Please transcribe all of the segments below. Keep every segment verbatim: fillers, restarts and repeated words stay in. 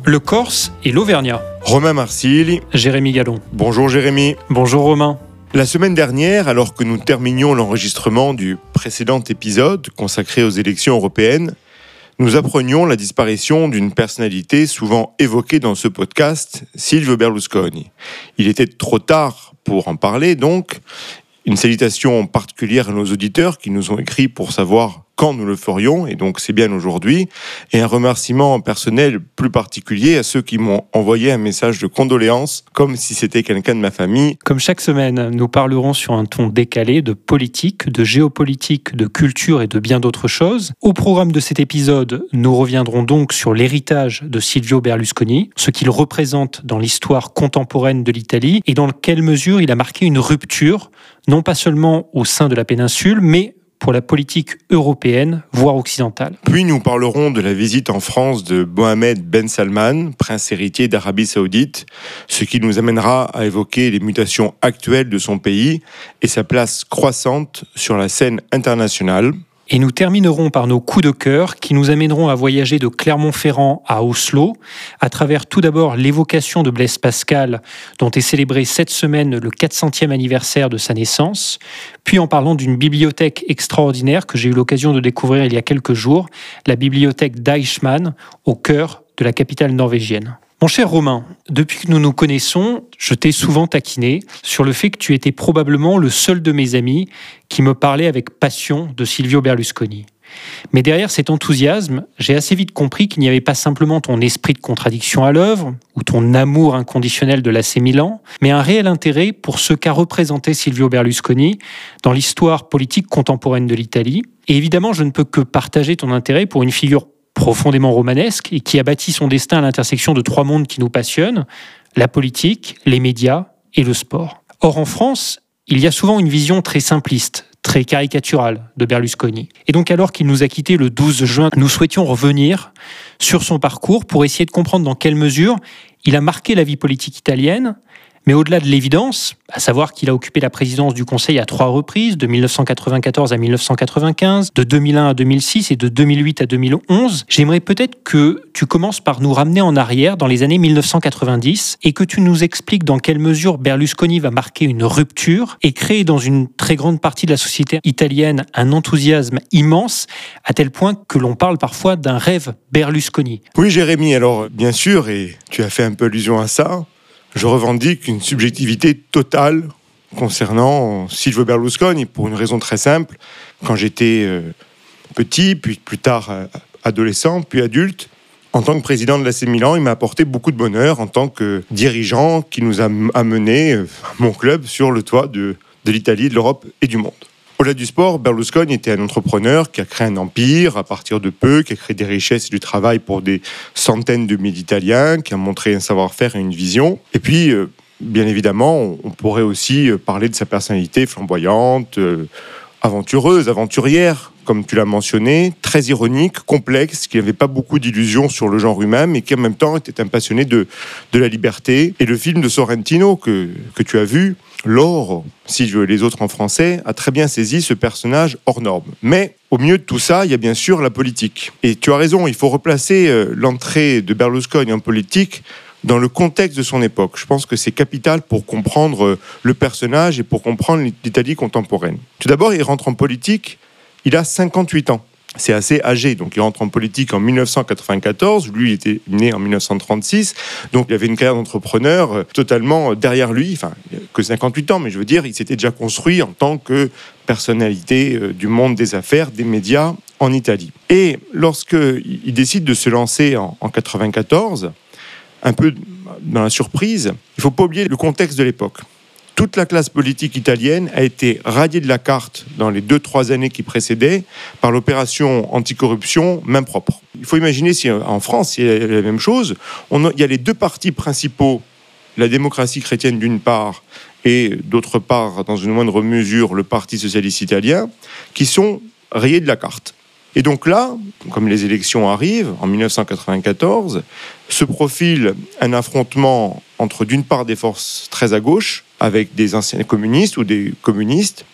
le Corse et l'Auvergnat. Romain Marsili. Jérémy Gallon. Bonjour Jérémy. Bonjour Romain. La semaine dernière, alors que nous terminions l'enregistrement du précédent épisode consacré aux élections européennes, nous apprenions la disparition d'une personnalité souvent évoquée dans ce podcast, Silvio Berlusconi. Il était trop tard pour en parler, donc une salutation particulière à nos auditeurs qui nous ont écrit pour savoir quand nous le ferions, et donc c'est bien aujourd'hui, et un remerciement personnel plus particulier à ceux qui m'ont envoyé un message de condoléances, comme si c'était quelqu'un de ma famille. Comme chaque semaine, nous parlerons sur un ton décalé de politique, de géopolitique, de culture et de bien d'autres choses. Au programme de cet épisode, nous reviendrons donc sur l'héritage de Silvio Berlusconi, ce qu'il représente dans l'histoire contemporaine de l'Italie, et dans quelle mesure il a marqué une rupture, non pas seulement au sein de la péninsule, mais pour la politique européenne, voire occidentale. Puis nous parlerons de la visite en France de Mohamed Ben Salman, prince héritier d'Arabie Saoudite, ce qui nous amènera à évoquer les mutations actuelles de son pays et sa place croissante sur la scène internationale. Et nous terminerons par nos coups de cœur qui nous amèneront à voyager de Clermont-Ferrand à Oslo, à travers tout d'abord l'évocation de Blaise Pascal, dont est célébré cette semaine le quatre centième anniversaire de sa naissance, puis en parlant d'une bibliothèque extraordinaire que j'ai eu l'occasion de découvrir il y a quelques jours, la bibliothèque d'Eichmann, au cœur de la capitale norvégienne. Mon cher Romain, depuis que nous nous connaissons, je t'ai souvent taquiné sur le fait que tu étais probablement le seul de mes amis qui me parlait avec passion de Silvio Berlusconi. Mais derrière cet enthousiasme, j'ai assez vite compris qu'il n'y avait pas simplement ton esprit de contradiction à l'œuvre, ou ton amour inconditionnel de l'A C Milan, mais un réel intérêt pour ce qu'a représenté Silvio Berlusconi dans l'histoire politique contemporaine de l'Italie. Et évidemment, je ne peux que partager ton intérêt pour une figure profondément romanesque et qui a bâti son destin à l'intersection de trois mondes qui nous passionnent, la politique, les médias et le sport. Or, en France, il y a souvent une vision très simpliste, très caricaturale de Berlusconi. Et donc, alors qu'il nous a quittés le douze juin, nous souhaitions revenir sur son parcours pour essayer de comprendre dans quelle mesure il a marqué la vie politique italienne. Mais au-delà de l'évidence, à savoir qu'il a occupé la présidence du Conseil à trois reprises, de dix-neuf cent quatre-vingt-quatorze à dix-neuf cent quatre-vingt-quinze, de deux mille un à deux mille six et de deux mille huit à deux mille onze, j'aimerais peut-être que tu commences par nous ramener en arrière dans les années dix-neuf cent quatre-vingt-dix et que tu nous expliques dans quelle mesure Berlusconi va marquer une rupture et créer dans une très grande partie de la société italienne un enthousiasme immense, à tel point que l'on parle parfois d'un rêve Berlusconi. Oui Jérémy, alors bien sûr, et tu as fait un peu allusion à ça, je revendique une subjectivité totale concernant Silvio Berlusconi pour une raison très simple. Quand j'étais euh, petit, puis plus tard euh, adolescent, puis adulte, en tant que président de l'A C Milan, il m'a apporté beaucoup de bonheur en tant que dirigeant qui nous a amené, euh, mon club, sur le toit de, de l'Italie, de l'Europe et du monde. Au-delà du sport, Berlusconi était un entrepreneur qui a créé un empire à partir de peu, qui a créé des richesses et du travail pour des centaines de milliers d'Italiens, qui a montré un savoir-faire et une vision. Et puis, euh, bien évidemment, on pourrait aussi parler de sa personnalité flamboyante, euh, aventureuse, aventurière, comme tu l'as mentionné, très ironique, complexe, qui n'avait pas beaucoup d'illusions sur le genre humain, mais qui en même temps était un passionné de, de la liberté. Et le film de Sorrentino que, que tu as vu, L'Or, Silvio et les autres en français, a très bien saisi ce personnage hors norme. Mais au milieu de tout ça, il y a bien sûr la politique. Et tu as raison, il faut replacer euh, l'entrée de Berlusconi en politique dans le contexte de son époque. Je pense que c'est capital pour comprendre euh, le personnage et pour comprendre l'Italie contemporaine. Tout d'abord, il rentre en politique, il a cinquante-huit ans. C'est assez âgé, donc il rentre en politique en dix-neuf cent quatre-vingt-quatorze, lui il était né en dix-neuf cent trente-six, donc il avait une carrière d'entrepreneur totalement derrière lui, enfin que cinquante-huit ans, mais je veux dire, il s'était déjà construit en tant que personnalité du monde des affaires, des médias en Italie. Et lorsqu'il décide de se lancer en, en quatre-vingt-quatorze, un peu dans la surprise, il ne faut pas oublier le contexte de l'époque. Toute la classe politique italienne a été radiée de la carte dans les deux, trois années qui précédaient par l'opération anticorruption main propre. Il faut imaginer si en France, il y a la même chose. On a, il y a les deux partis principaux, la démocratie chrétienne d'une part et d'autre part, dans une moindre mesure, le Parti socialiste italien, qui sont rayés de la carte. Et donc là, comme les élections arrivent, en dix-neuf cent quatre-vingt-quatorze, se profile un affrontement entre d'une part des forces très à gauche, avec des anciens communistes ou des communistes,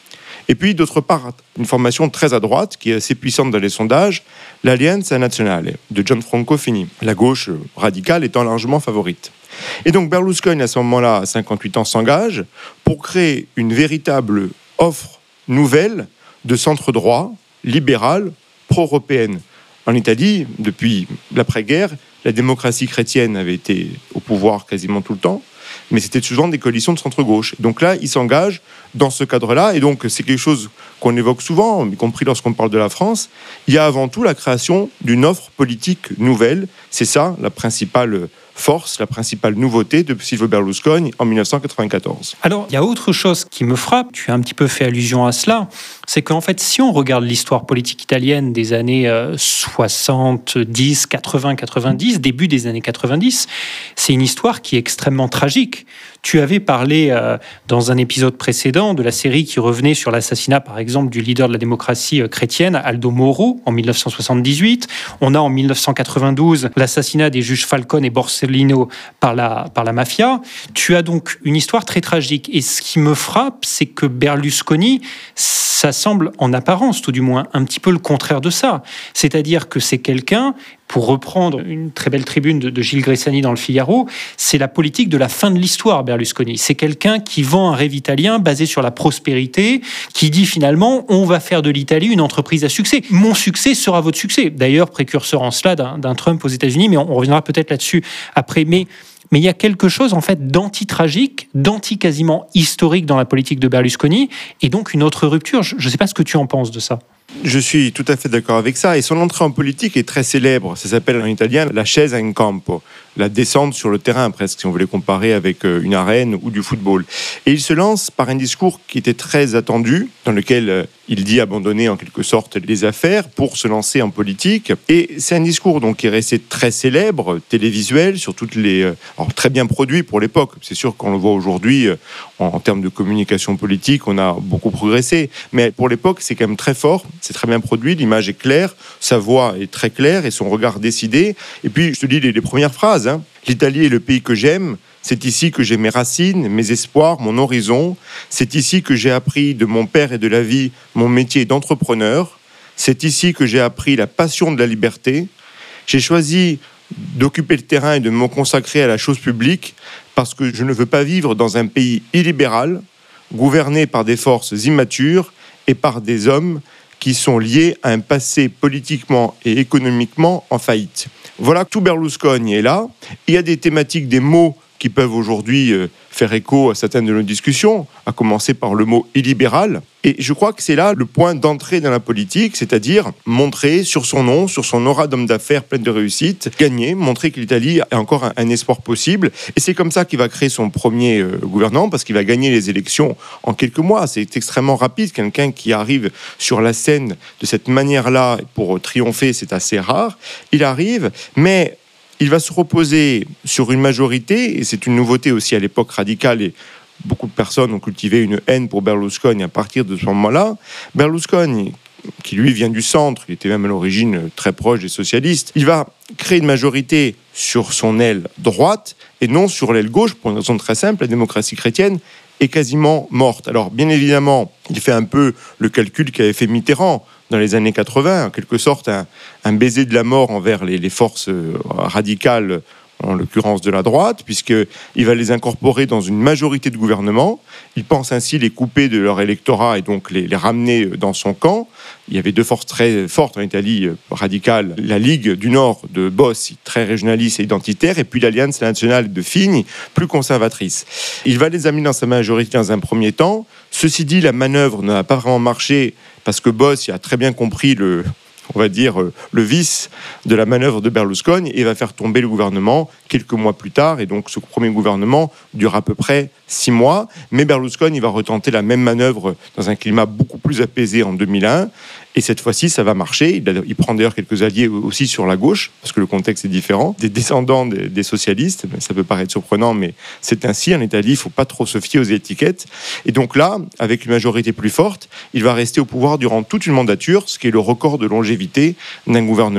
Et puis, d'autre part, une formation très à droite, qui est assez puissante dans les sondages, l'Allianza Nazionale de Gianfranco Fini, la gauche radicale étant largement favorite. Et donc Berlusconi, à ce moment-là, à cinquante-huit ans, s'engage pour créer une véritable offre nouvelle de centre-droit, libérale, pro-européenne. En Italie, depuis l'après-guerre, la démocratie chrétienne avait été au pouvoir quasiment tout le temps, mais c'était souvent des coalitions de centre-gauche. Donc là, il s'engage dans ce cadre-là, et donc c'est quelque chose qu'on évoque souvent, y compris lorsqu'on parle de la France. Il y a avant tout la création d'une offre politique nouvelle. C'est ça, la principale force, la principale nouveauté de Silvio Berlusconi en dix-neuf cent quatre-vingt-quatorze. Alors, il y a autre chose qui me frappe, tu as un petit peu fait allusion à cela, c'est qu'en fait, si on regarde l'histoire politique italienne des années euh, soixante-dix, quatre-vingts, quatre-vingt-dix, début des années quatre-vingt-dix, c'est une histoire qui est extrêmement tragique. Tu avais parlé euh, dans un épisode précédent de la série qui revenait sur l'assassinat, par exemple, du leader de la démocratie euh, chrétienne, Aldo Moro, en dix-neuf cent soixante-dix-huit. On a en dix-neuf cent quatre-vingt-douze l'assassinat des juges Falcone et Borsellino par la, par la mafia. Tu as donc une histoire très tragique. Et ce qui me frappe, c'est que Berlusconi, ça semble, en apparence tout du moins, un petit peu le contraire de ça. C'est-à-dire que c'est quelqu'un, pour reprendre une très belle tribune de, de Gilles Gressani dans le Figaro, c'est la politique de la fin de l'histoire, Berlusconi. C'est quelqu'un qui vend un rêve italien basé sur la prospérité, qui dit finalement, on va faire de l'Italie une entreprise à succès. Mon succès sera votre succès. D'ailleurs, précurseur en cela d'un, d'un Trump aux États-Unis, mais on, on reviendra peut-être là-dessus après. Mais Mais il y a quelque chose en fait d'anti-tragique, d'anti-quasiment historique dans la politique de Berlusconi, et donc une autre rupture. Je ne sais pas ce que tu en penses de ça. Je suis tout à fait d'accord avec ça. Et son entrée en politique est très célèbre. Ça s'appelle en italien la scesa in campo, la descente sur le terrain presque, si on voulait comparer avec une arène ou du football. Et il se lance par un discours qui était très attendu, dans lequel il dit abandonner en quelque sorte les affaires pour se lancer en politique. Et c'est un discours donc qui est resté très célèbre, télévisuel, sur toutes les, alors très bien produit pour l'époque. C'est sûr qu'on le voit aujourd'hui en, en termes de communication politique, on a beaucoup progressé. Mais pour l'époque, c'est quand même très fort. C'est très bien produit, l'image est claire, sa voix est très claire et son regard décidé. Et puis, je te lis les, les premières phrases. Hein. L'Italie est le pays que j'aime. C'est ici que j'ai mes racines, mes espoirs, mon horizon. C'est ici que j'ai appris de mon père et de la vie mon métier d'entrepreneur. C'est ici que j'ai appris la passion de la liberté. J'ai choisi d'occuper le terrain et de me consacrer à la chose publique parce que je ne veux pas vivre dans un pays illibéral, gouverné par des forces immatures et par des hommes qui sont liés à un passé politiquement et économiquement en faillite. Voilà, tout Berlusconi est là. Il y a des thématiques, des mots qui peuvent aujourd'hui faire écho à certaines de nos discussions, à commencer par le mot illibéral. Et je crois que c'est là le point d'entrée dans la politique, c'est-à-dire montrer sur son nom, sur son aura d'homme d'affaires pleine de réussite, gagner, montrer que l'Italie a encore un, un espoir possible. Et c'est comme ça qu'il va créer son premier euh, gouvernement, parce qu'il va gagner les élections en quelques mois. C'est extrêmement rapide. Quelqu'un qui arrive sur la scène de cette manière-là pour triompher, c'est assez rare. Il arrive, mais il va se reposer sur une majorité, et c'est une nouveauté aussi à l'époque radicale, et beaucoup de personnes ont cultivé une haine pour Berlusconi à partir de ce moment-là. Berlusconi, qui lui vient du centre, il était même à l'origine très proche des socialistes, il va créer une majorité sur son aile droite et non sur l'aile gauche, pour une raison très simple, la démocratie chrétienne est quasiment morte. Alors bien évidemment, il fait un peu le calcul qu'avait fait Mitterrand dans les années quatre-vingts, en quelque sorte un, un baiser de la mort envers les, les forces radicales, en l'occurrence de la droite, puisqu'il va les incorporer dans une majorité de gouvernement. Il pense ainsi les couper de leur électorat et donc les, les ramener dans son camp. Il y avait deux forces très fortes en Italie radicale, la Ligue du Nord de Bossi, très régionaliste et identitaire, et puis l'Alliance Nazionale de Fini, plus conservatrice. Il va les amener dans sa majorité dans un premier temps. Ceci dit, la manœuvre n'a pas vraiment marché parce que Bossi a très bien compris le... on va dire, le vice de la manœuvre de Berlusconi et va faire tomber le gouvernement quelques mois plus tard. Et donc, ce premier gouvernement dure à peu près six mois. Mais Berlusconi va retenter la même manœuvre dans un climat beaucoup plus apaisé en deux mille un. Et cette fois-ci, ça va marcher. Il, a, il prend d'ailleurs quelques alliés aussi sur la gauche, parce que le contexte est différent, des descendants des, des socialistes. Ça peut paraître surprenant, mais c'est ainsi. En Italie, il ne faut pas trop se fier aux étiquettes. Et donc là, avec une majorité plus forte, il va rester au pouvoir durant toute une mandature, ce qui est le record de longévité d'un gouvernement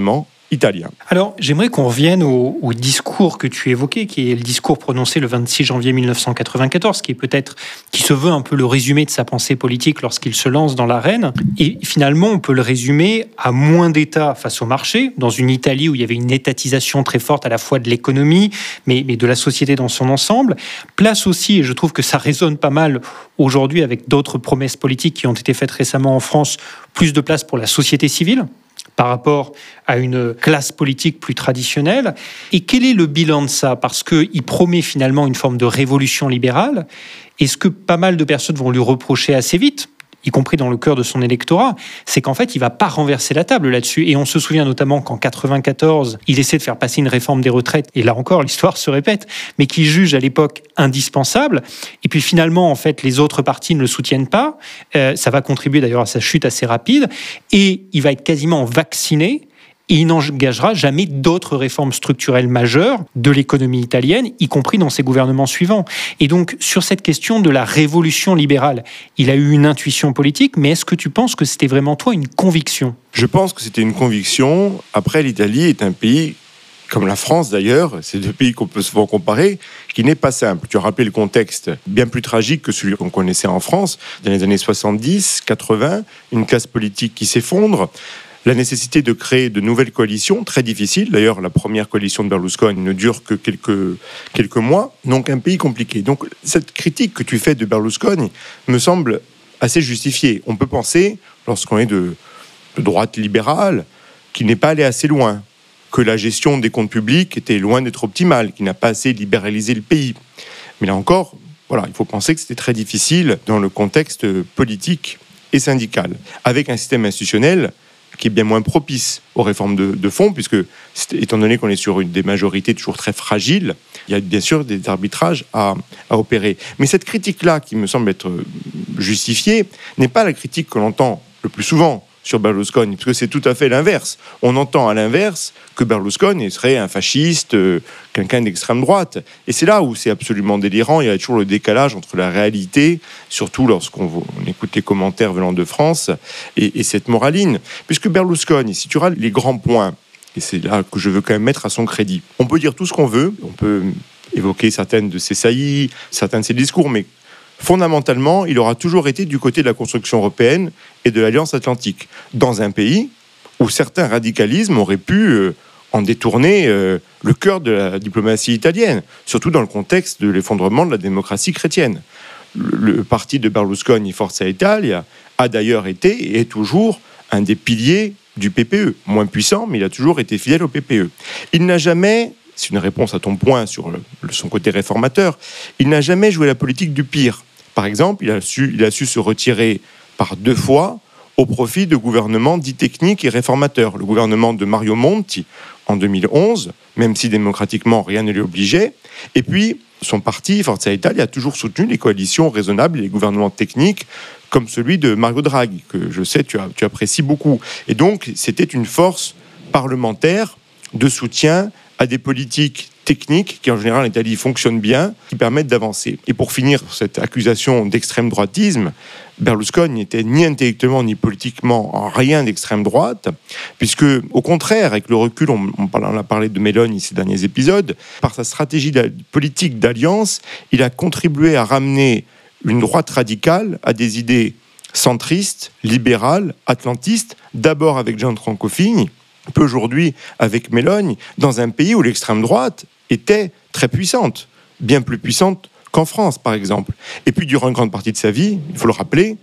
italien. Alors, j'aimerais qu'on revienne au, au discours que tu évoquais, qui est le discours prononcé le vingt-six janvier mille neuf cent quatre-vingt-quatorze, qui est peut-être, qui se veut un peu le résumé de sa pensée politique lorsqu'il se lance dans l'arène. Et finalement, on peut le résumer à moins d'État face au marché, dans une Italie où il y avait une étatisation très forte à la fois de l'économie, mais, mais de la société dans son ensemble. Place aussi, et je trouve que ça résonne pas mal aujourd'hui avec d'autres promesses politiques qui ont été faites récemment en France, plus de place pour la société civile par rapport à une classe politique plus traditionnelle. Et quel est le bilan de ça ? Parce qu'il promet finalement une forme de révolution libérale. Et ce que pas mal de personnes vont lui reprocher assez vite, y compris dans le cœur de son électorat, c'est qu'en fait, il ne va pas renverser la table là-dessus. Et on se souvient notamment qu'en quatre-vingt-quatorze, il essaie de faire passer une réforme des retraites, et là encore, l'histoire se répète, mais qu'il juge à l'époque indispensable. Et puis finalement, en fait, les autres partis ne le soutiennent pas. Euh, ça va contribuer d'ailleurs à sa chute assez rapide. Et il va être quasiment vacciné. Et il n'engagera jamais d'autres réformes structurelles majeures de l'économie italienne, y compris dans ses gouvernements suivants. Et donc, sur cette question de la révolution libérale, il a eu une intuition politique, mais est-ce que tu penses que c'était vraiment, toi, une conviction ? Je pense que c'était une conviction. Après, l'Italie est un pays, comme la France d'ailleurs, c'est deux pays qu'on peut souvent comparer, qui n'est pas simple. Tu as rappelé le contexte bien plus tragique que celui qu'on connaissait en France, dans les années soixante-dix, quatre-vingts, une classe politique qui s'effondre, la nécessité de créer de nouvelles coalitions, très difficile. D'ailleurs, la première coalition de Berlusconi ne dure que quelques, quelques mois. Donc, un pays compliqué. Donc, cette critique que tu fais de Berlusconi me semble assez justifiée. On peut penser, lorsqu'on est de, de droite libérale, qu'il n'est pas allé assez loin, que la gestion des comptes publics était loin d'être optimale, qu'il n'a pas assez libéralisé le pays. Mais là encore, voilà, il faut penser que c'était très difficile dans le contexte politique et syndical, avec un système institutionnel qui est bien moins propice aux réformes de, de fond, puisque, étant donné qu'on est sur une, des majorités toujours très fragiles, il y a bien sûr des arbitrages à, à opérer. Mais cette critique-là, qui me semble être justifiée, n'est pas la critique que l'on entend le plus souvent sur Berlusconi, parce que c'est tout à fait l'inverse. On entend à l'inverse que Berlusconi serait un fasciste, euh, quelqu'un d'extrême droite. Et c'est là où c'est absolument délirant. Il y a toujours le décalage entre la réalité, surtout lorsqu'on on écoute les commentaires venant de France, et, et cette moraline. Puisque Berlusconi, si tu regardes les grands points, et c'est là que je veux quand même mettre à son crédit, on peut dire tout ce qu'on veut, on peut évoquer certaines de ses saillies, certains de ses discours, mais fondamentalement, il aura toujours été du côté de la construction européenne et de l'Alliance Atlantique, dans un pays où certains radicalismes auraient pu euh, en détourner euh, le cœur de la diplomatie italienne, surtout dans le contexte de l'effondrement de la démocratie chrétienne. Le, le parti de Berlusconi, Forza Italia, a d'ailleurs été et est toujours un des piliers du P P E, moins puissant, mais il a toujours été fidèle au P P E. Il n'a jamais... C'est une réponse à ton point sur le, son côté réformateur. Il n'a jamais joué la politique du pire. Par exemple, il a su, il a su se retirer par deux fois au profit de gouvernements dits techniques et réformateurs. Le gouvernement de Mario Monti en deux mille onze, même si démocratiquement rien ne l'y obligeait. Et puis, son parti, Forza Italia, a toujours soutenu les coalitions raisonnables et les gouvernements techniques comme celui de Mario Draghi, que je sais tu, as, tu apprécies beaucoup. Et donc, c'était une force parlementaire de soutien à des politiques techniques qui, en général, en Italie, fonctionnent bien, qui permettent d'avancer. Et pour finir, cette accusation d'extrême droitisme, Berlusconi n'était ni intellectuellement ni politiquement en rien d'extrême droite, puisque, au contraire, avec le recul, on, on a parlé de Meloni ces derniers épisodes, par sa stratégie politique d'alliance, il a contribué à ramener une droite radicale à des idées centristes, libérales, atlantistes, d'abord avec Gianfranco Fini, peu aujourd'hui avec Meloni, dans un pays où l'extrême droite était très puissante, bien plus puissante qu'en France, par exemple. Et puis, durant une grande partie de sa vie, il faut le rappeler,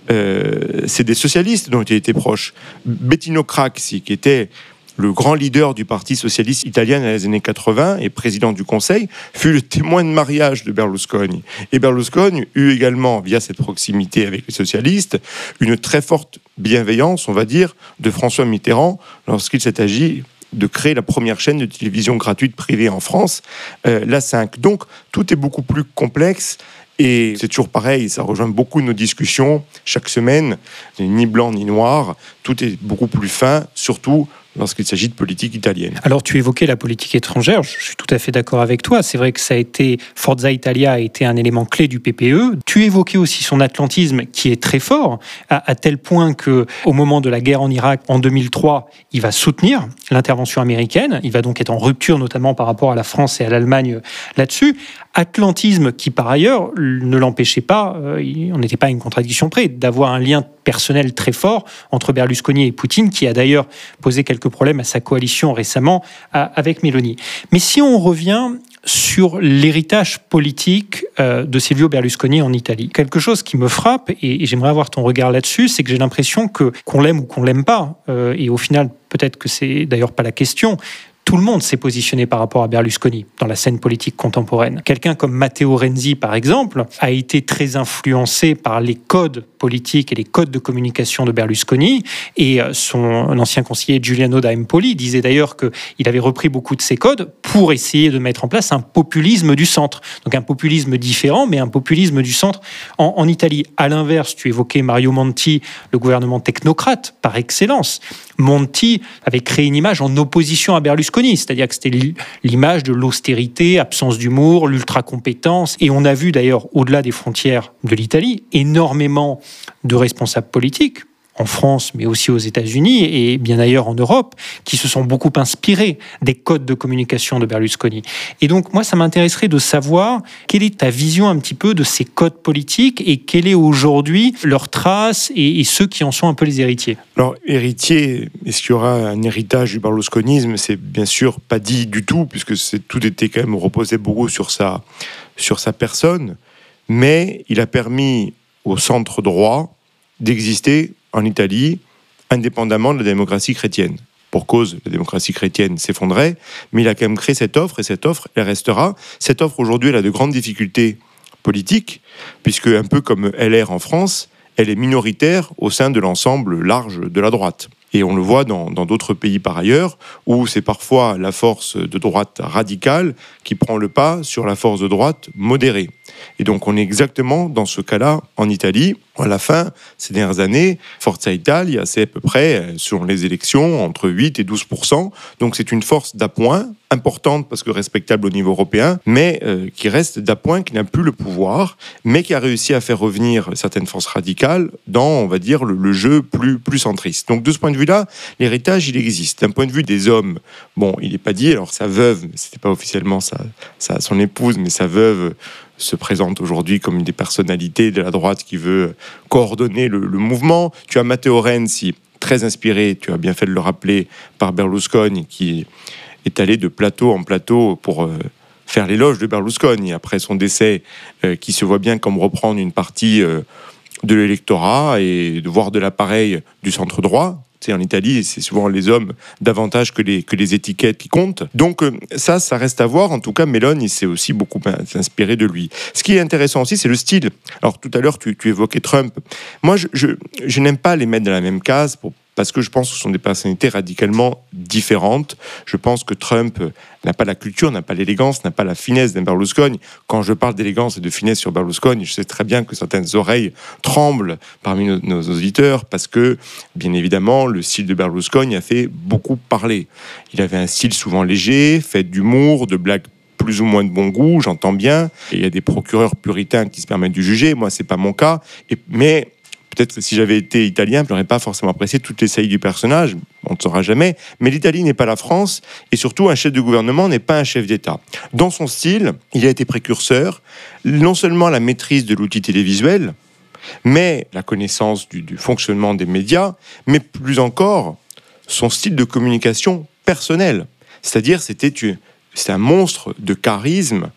euh, c'est des socialistes dont il était proche. Bettino Craxi, qui était le grand leader du Parti socialiste italien dans les années quatre-vingts et président du Conseil, fut le témoin de mariage de Berlusconi. Et Berlusconi eut également, via cette proximité avec les socialistes, une très forte bienveillance, on va dire, de François Mitterrand lorsqu'il s'est agi de créer la première chaîne de télévision gratuite privée en France, euh, la cinq. Donc, tout est beaucoup plus complexe. Et c'est toujours pareil, ça rejoint beaucoup nos discussions chaque semaine, ni blanc ni noir, tout est beaucoup plus fin, surtout lorsqu'il s'agit de politique italienne. Alors tu évoquais la politique étrangère, je suis tout à fait d'accord avec toi, c'est vrai que ça a été, Forza Italia a été un élément clé du P P E. Tu évoquais aussi son atlantisme qui est très fort, à, à tel point qu'au moment de la guerre en Irak, en deux mille trois, il va soutenir l'intervention américaine, il va donc être en rupture notamment par rapport à la France et à l'Allemagne là-dessus. Atlantisme qui par ailleurs ne l'empêchait pas, euh, on n'était pas à une contradiction près, d'avoir un lien personnel très fort entre Berlusconi et Poutine, qui a d'ailleurs posé quelques problèmes à sa coalition récemment à, avec Meloni. Mais si on revient sur l'héritage politique euh, de Silvio Berlusconi en Italie, quelque chose qui me frappe, et, et j'aimerais avoir ton regard là-dessus, c'est que j'ai l'impression que qu'on l'aime ou qu'on l'aime pas, euh, et au final peut-être que c'est d'ailleurs pas la question, tout le monde s'est positionné par rapport à Berlusconi dans la scène politique contemporaine. Quelqu'un comme Matteo Renzi, par exemple, a été très influencé par les codes politiques et les codes de communication de Berlusconi. Et son ancien conseiller Giuliano d'Empoli disait d'ailleurs qu'il avait repris beaucoup de ces codes pour essayer de mettre en place un populisme du centre. Donc un populisme différent, mais un populisme du centre en, en Italie. À l'inverse, tu évoquais Mario Monti, le gouvernement technocrate par excellence. Monti avait créé une image en opposition à Berlusconi, c'est-à-dire que c'était l'image de l'austérité, absence d'humour, l'ultra-compétence. Et on a vu d'ailleurs, au-delà des frontières de l'Italie, énormément de responsables politiques, en France, mais aussi aux États-Unis et bien ailleurs en Europe, qui se sont beaucoup inspirés des codes de communication de Berlusconi. Et donc, moi, ça m'intéresserait de savoir quelle est ta vision un petit peu de ces codes politiques et quelle est aujourd'hui leur trace et, et ceux qui en sont un peu les héritiers. Alors, héritier, est-ce qu'il y aura un héritage du berlusconisme ? C'est bien sûr pas dit du tout, puisque c'est, tout était quand même reposé beaucoup sur sa, sur sa personne, mais il a permis au centre droit d'exister en Italie, indépendamment de la démocratie chrétienne. Pour cause, la démocratie chrétienne s'effondrait, mais il a quand même créé cette offre, et cette offre, elle restera. Cette offre, aujourd'hui, elle a de grandes difficultés politiques, puisque, un peu comme L R en France, elle est minoritaire au sein de l'ensemble large de la droite. Et on le voit dans, dans d'autres pays par ailleurs, où c'est parfois la force de droite radicale qui prend le pas sur la force de droite modérée. Et donc on est exactement dans ce cas-là en Italie. À la fin, ces dernières années, Forza Italia, c'est à peu près, selon les élections, entre huit et douze pour cent. Donc c'est une force d'appoint, importante parce que respectable au niveau européen, mais euh, qui reste d'appoint, qui n'a plus le pouvoir, mais qui a réussi à faire revenir certaines forces radicales dans, on va dire, le, le jeu plus, plus centriste. Donc de ce point de vue-là, l'héritage, il existe. D'un point de vue des hommes, bon, il n'est pas dit, alors sa veuve, c'était pas officiellement sa, sa, son épouse, mais sa veuve se présente aujourd'hui comme une des personnalités de la droite qui veut coordonner le, le mouvement. Tu as Matteo Renzi, très inspiré, tu as bien fait de le rappeler, par Berlusconi, qui est allé de plateau en plateau pour euh, faire l'éloge de Berlusconi après son décès, euh, qui se voit bien comme reprendre une partie euh, de l'électorat et de voir de l'appareil du centre droit. Tu sais, en Italie, c'est souvent les hommes davantage que les, que les étiquettes qui comptent. Donc euh, ça, ça reste à voir. En tout cas, Meloni, il s'est aussi beaucoup inspiré de lui. Ce qui est intéressant aussi, c'est le style. Alors tout à l'heure, tu, tu évoquais Trump. Moi, je, je, je n'aime pas les mettre dans la même case pour parce que je pense que ce sont des personnalités radicalement différentes. Je pense que Trump n'a pas la culture, n'a pas l'élégance, n'a pas la finesse d'un Berlusconi. Quand je parle d'élégance et de finesse sur Berlusconi, je sais très bien que certaines oreilles tremblent parmi nos, nos auditeurs, parce que, bien évidemment, le style de Berlusconi a fait beaucoup parler. Il avait un style souvent léger, fait d'humour, de blagues plus ou moins de bon goût, j'entends bien. Et il y a des procureurs puritains qui se permettent de juger. Moi, c'est pas mon cas. Et, mais peut-être que si j'avais été italien, je n'aurais pas forcément apprécié toutes les saillies du personnage. On ne saura jamais. Mais l'Italie n'est pas la France. Et surtout, un chef de gouvernement n'est pas un chef d'État. Dans son style, il a été précurseur. Non seulement la maîtrise de l'outil télévisuel, mais la connaissance du, du fonctionnement des médias, mais plus encore, son style de communication personnel. C'est-à-dire, c'était, c'était un monstre de charisme,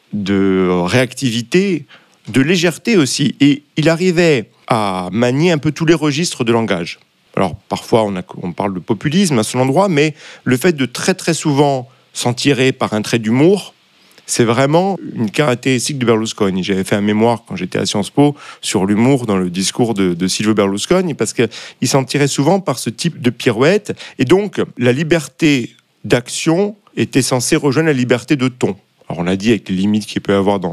de réactivité, de légèreté aussi. Et il arrivait à manier un peu tous les registres de langage. Alors, parfois, on, a, on parle de populisme à son endroit, mais le fait de très, très souvent s'en tirer par un trait d'humour, c'est vraiment une caractéristique de Berlusconi. J'avais fait un mémoire, quand j'étais à Sciences Po, sur l'humour dans le discours de, de Silvio Berlusconi, parce qu'il s'en tirait souvent par ce type de pirouette. Et donc, la liberté d'action était censée rejoindre la liberté de ton. Alors on l'a dit, avec les limites qu'il peut y avoir dans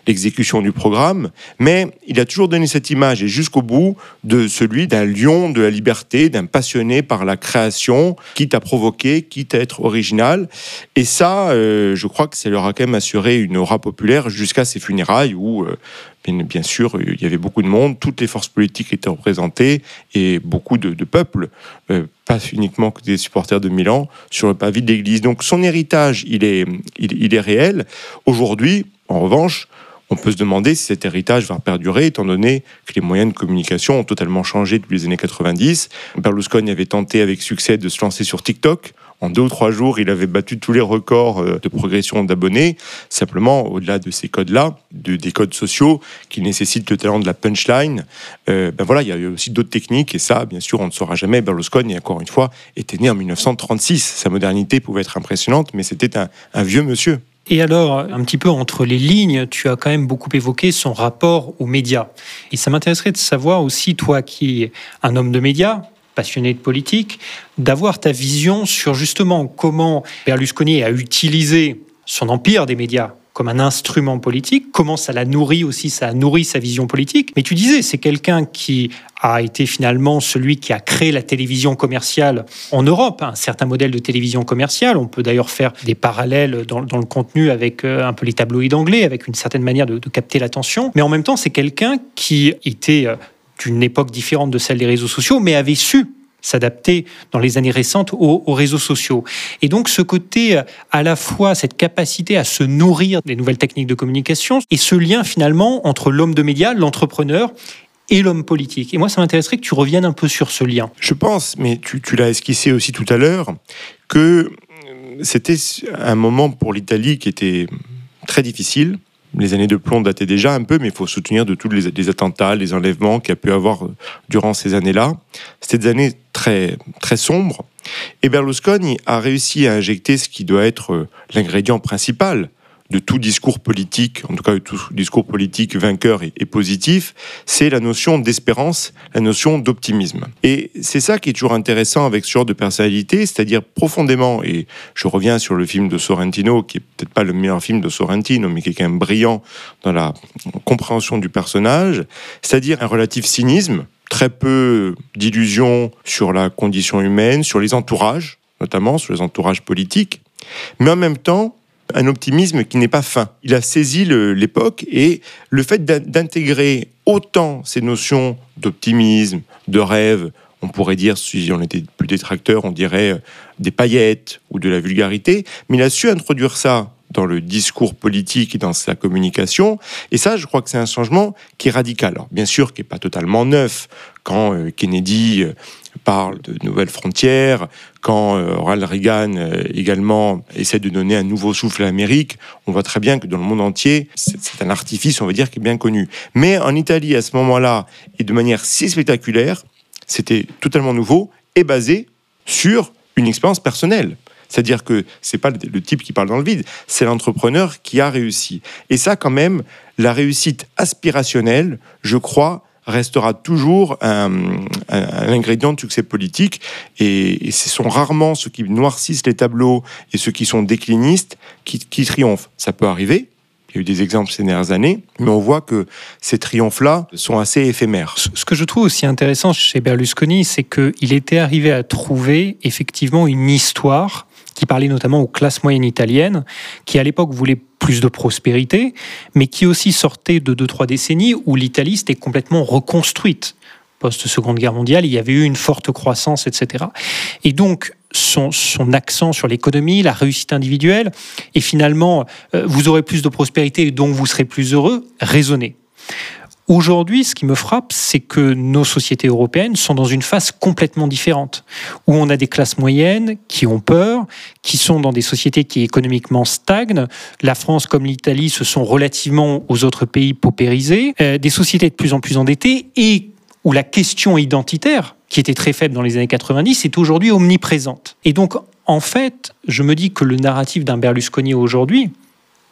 l'exécution du programme, mais il a toujours donné cette image, et jusqu'au bout, de celui d'un lion de la liberté, d'un passionné par la création, quitte à provoquer, quitte à être original. Et ça, euh, je crois que ça leur a quand même assuré une aura populaire jusqu'à ses funérailles, où, euh, bien, bien sûr, il y avait beaucoup de monde, toutes les forces politiques étaient représentées, et beaucoup de, de peuples, euh, pas uniquement que des supporters de Milan, sur le parvis de l'église. Donc son héritage, il est, il, il est réel. Aujourd'hui, en revanche, on peut se demander si cet héritage va perdurer, étant donné que les moyens de communication ont totalement changé depuis les années quatre-vingt-dix. Berlusconi avait tenté avec succès de se lancer sur TikTok. En deux ou trois jours, il avait battu tous les records de progression d'abonnés. Simplement, au-delà de ces codes-là, de, des codes sociaux qui nécessitent le talent de la punchline, euh, ben voilà, il y a aussi d'autres techniques. Et ça, bien sûr, on ne saura jamais. Berlusconi, encore une fois, était né en mille neuf cent trente-six. Sa modernité pouvait être impressionnante, mais c'était un, un vieux monsieur. Et alors, un petit peu entre les lignes, tu as quand même beaucoup évoqué son rapport aux médias. Et ça m'intéresserait de savoir aussi, toi qui es un homme de médias, passionné de politique, d'avoir ta vision sur justement comment Berlusconi a utilisé son empire des médias comme un instrument politique, comment ça l'a nourri aussi, ça a nourri sa vision politique. Mais tu disais, c'est quelqu'un qui a été finalement celui qui a créé la télévision commerciale en Europe, un certain modèle de télévision commerciale. On peut d'ailleurs faire des parallèles dans, dans le contenu avec un peu les tabloïds anglais, avec une certaine manière de, de capter l'attention. Mais en même temps, c'est quelqu'un qui était d'une époque différente de celle des réseaux sociaux, mais avait su s'adapter dans les années récentes aux, aux réseaux sociaux. Et donc ce côté, à la fois cette capacité à se nourrir des nouvelles techniques de communication et ce lien finalement entre l'homme de médias, l'entrepreneur et l'homme politique. Et moi, ça m'intéresserait que tu reviennes un peu sur ce lien. Je pense, mais tu, tu l'as esquissé aussi tout à l'heure, que c'était un moment pour l'Italie qui était très difficile. Les années de plomb dataient déjà un peu, mais il faut soutenir de tous les, les attentats, les enlèvements qu'il y a pu avoir durant ces années-là. C'était des années très, très sombres. Et Berlusconi a réussi à injecter ce qui doit être l'ingrédient principal de tout discours politique, en tout cas de tout discours politique vainqueur et, et positif, c'est la notion d'espérance, la notion d'optimisme. Et c'est ça qui est toujours intéressant avec ce genre de personnalité, c'est-à-dire profondément, et je reviens sur le film de Sorrentino, qui est peut-être pas le meilleur film de Sorrentino, mais qui est quand même brillant dans la compréhension du personnage, c'est-à-dire un relatif cynisme, très peu d'illusions sur la condition humaine, sur les entourages, notamment sur les entourages politiques, mais en même temps, un optimisme qui n'est pas fin. Il a saisi le, l'époque et le fait d'intégrer autant ces notions d'optimisme, de rêve, on pourrait dire, si on était plus détracteur, on dirait des paillettes ou de la vulgarité, mais il a su introduire ça dans le discours politique et dans sa communication, et ça, je crois que c'est un changement qui est radical. Alors, bien sûr, qui n'est pas totalement neuf, quand euh, Kennedy euh, parle de nouvelles frontières, quand euh, Ronald Reagan euh, également essaie de donner un nouveau souffle à l'Amérique, on voit très bien que dans le monde entier, c'est, c'est un artifice, on va dire, qui est bien connu. Mais en Italie, à ce moment-là, et de manière si spectaculaire, c'était totalement nouveau et basé sur une expérience personnelle. C'est-à-dire que c'est pas le type qui parle dans le vide, c'est l'entrepreneur qui a réussi. Et ça, quand même, la réussite aspirationnelle, je crois, restera toujours un, un, un ingrédient de succès politique. Et, et ce sont rarement ceux qui noircissent les tableaux et ceux qui sont déclinistes qui, qui triomphent. Ça peut arriver. Il y a eu des exemples ces dernières années, mais on voit que ces triomphes-là sont assez éphémères. Ce que je trouve aussi intéressant chez Berlusconi, c'est qu'il était arrivé à trouver effectivement une histoire qui parlait notamment aux classes moyennes italiennes, qui à l'époque voulaient plus de prospérité, mais qui aussi sortait de deux, trois décennies où l'Italie s'était complètement reconstruite. Post-Seconde Guerre mondiale, il y avait eu une forte croissance, et cetera. Et donc, son, son accent sur l'économie, la réussite individuelle, et finalement, euh, vous aurez plus de prospérité et donc vous serez plus heureux, résonnait. Aujourd'hui, ce qui me frappe, c'est que nos sociétés européennes sont dans une phase complètement différente, où on a des classes moyennes qui ont peur, qui sont dans des sociétés qui économiquement stagnent. La France comme l'Italie se sont relativement aux autres pays paupérisées, euh, des sociétés de plus en plus endettées, et où la question identitaire, qui était très faible dans les années quatre-vingt-dix, est aujourd'hui omniprésente. Et donc, en fait, je me dis que le narratif d'un Berlusconi aujourd'hui,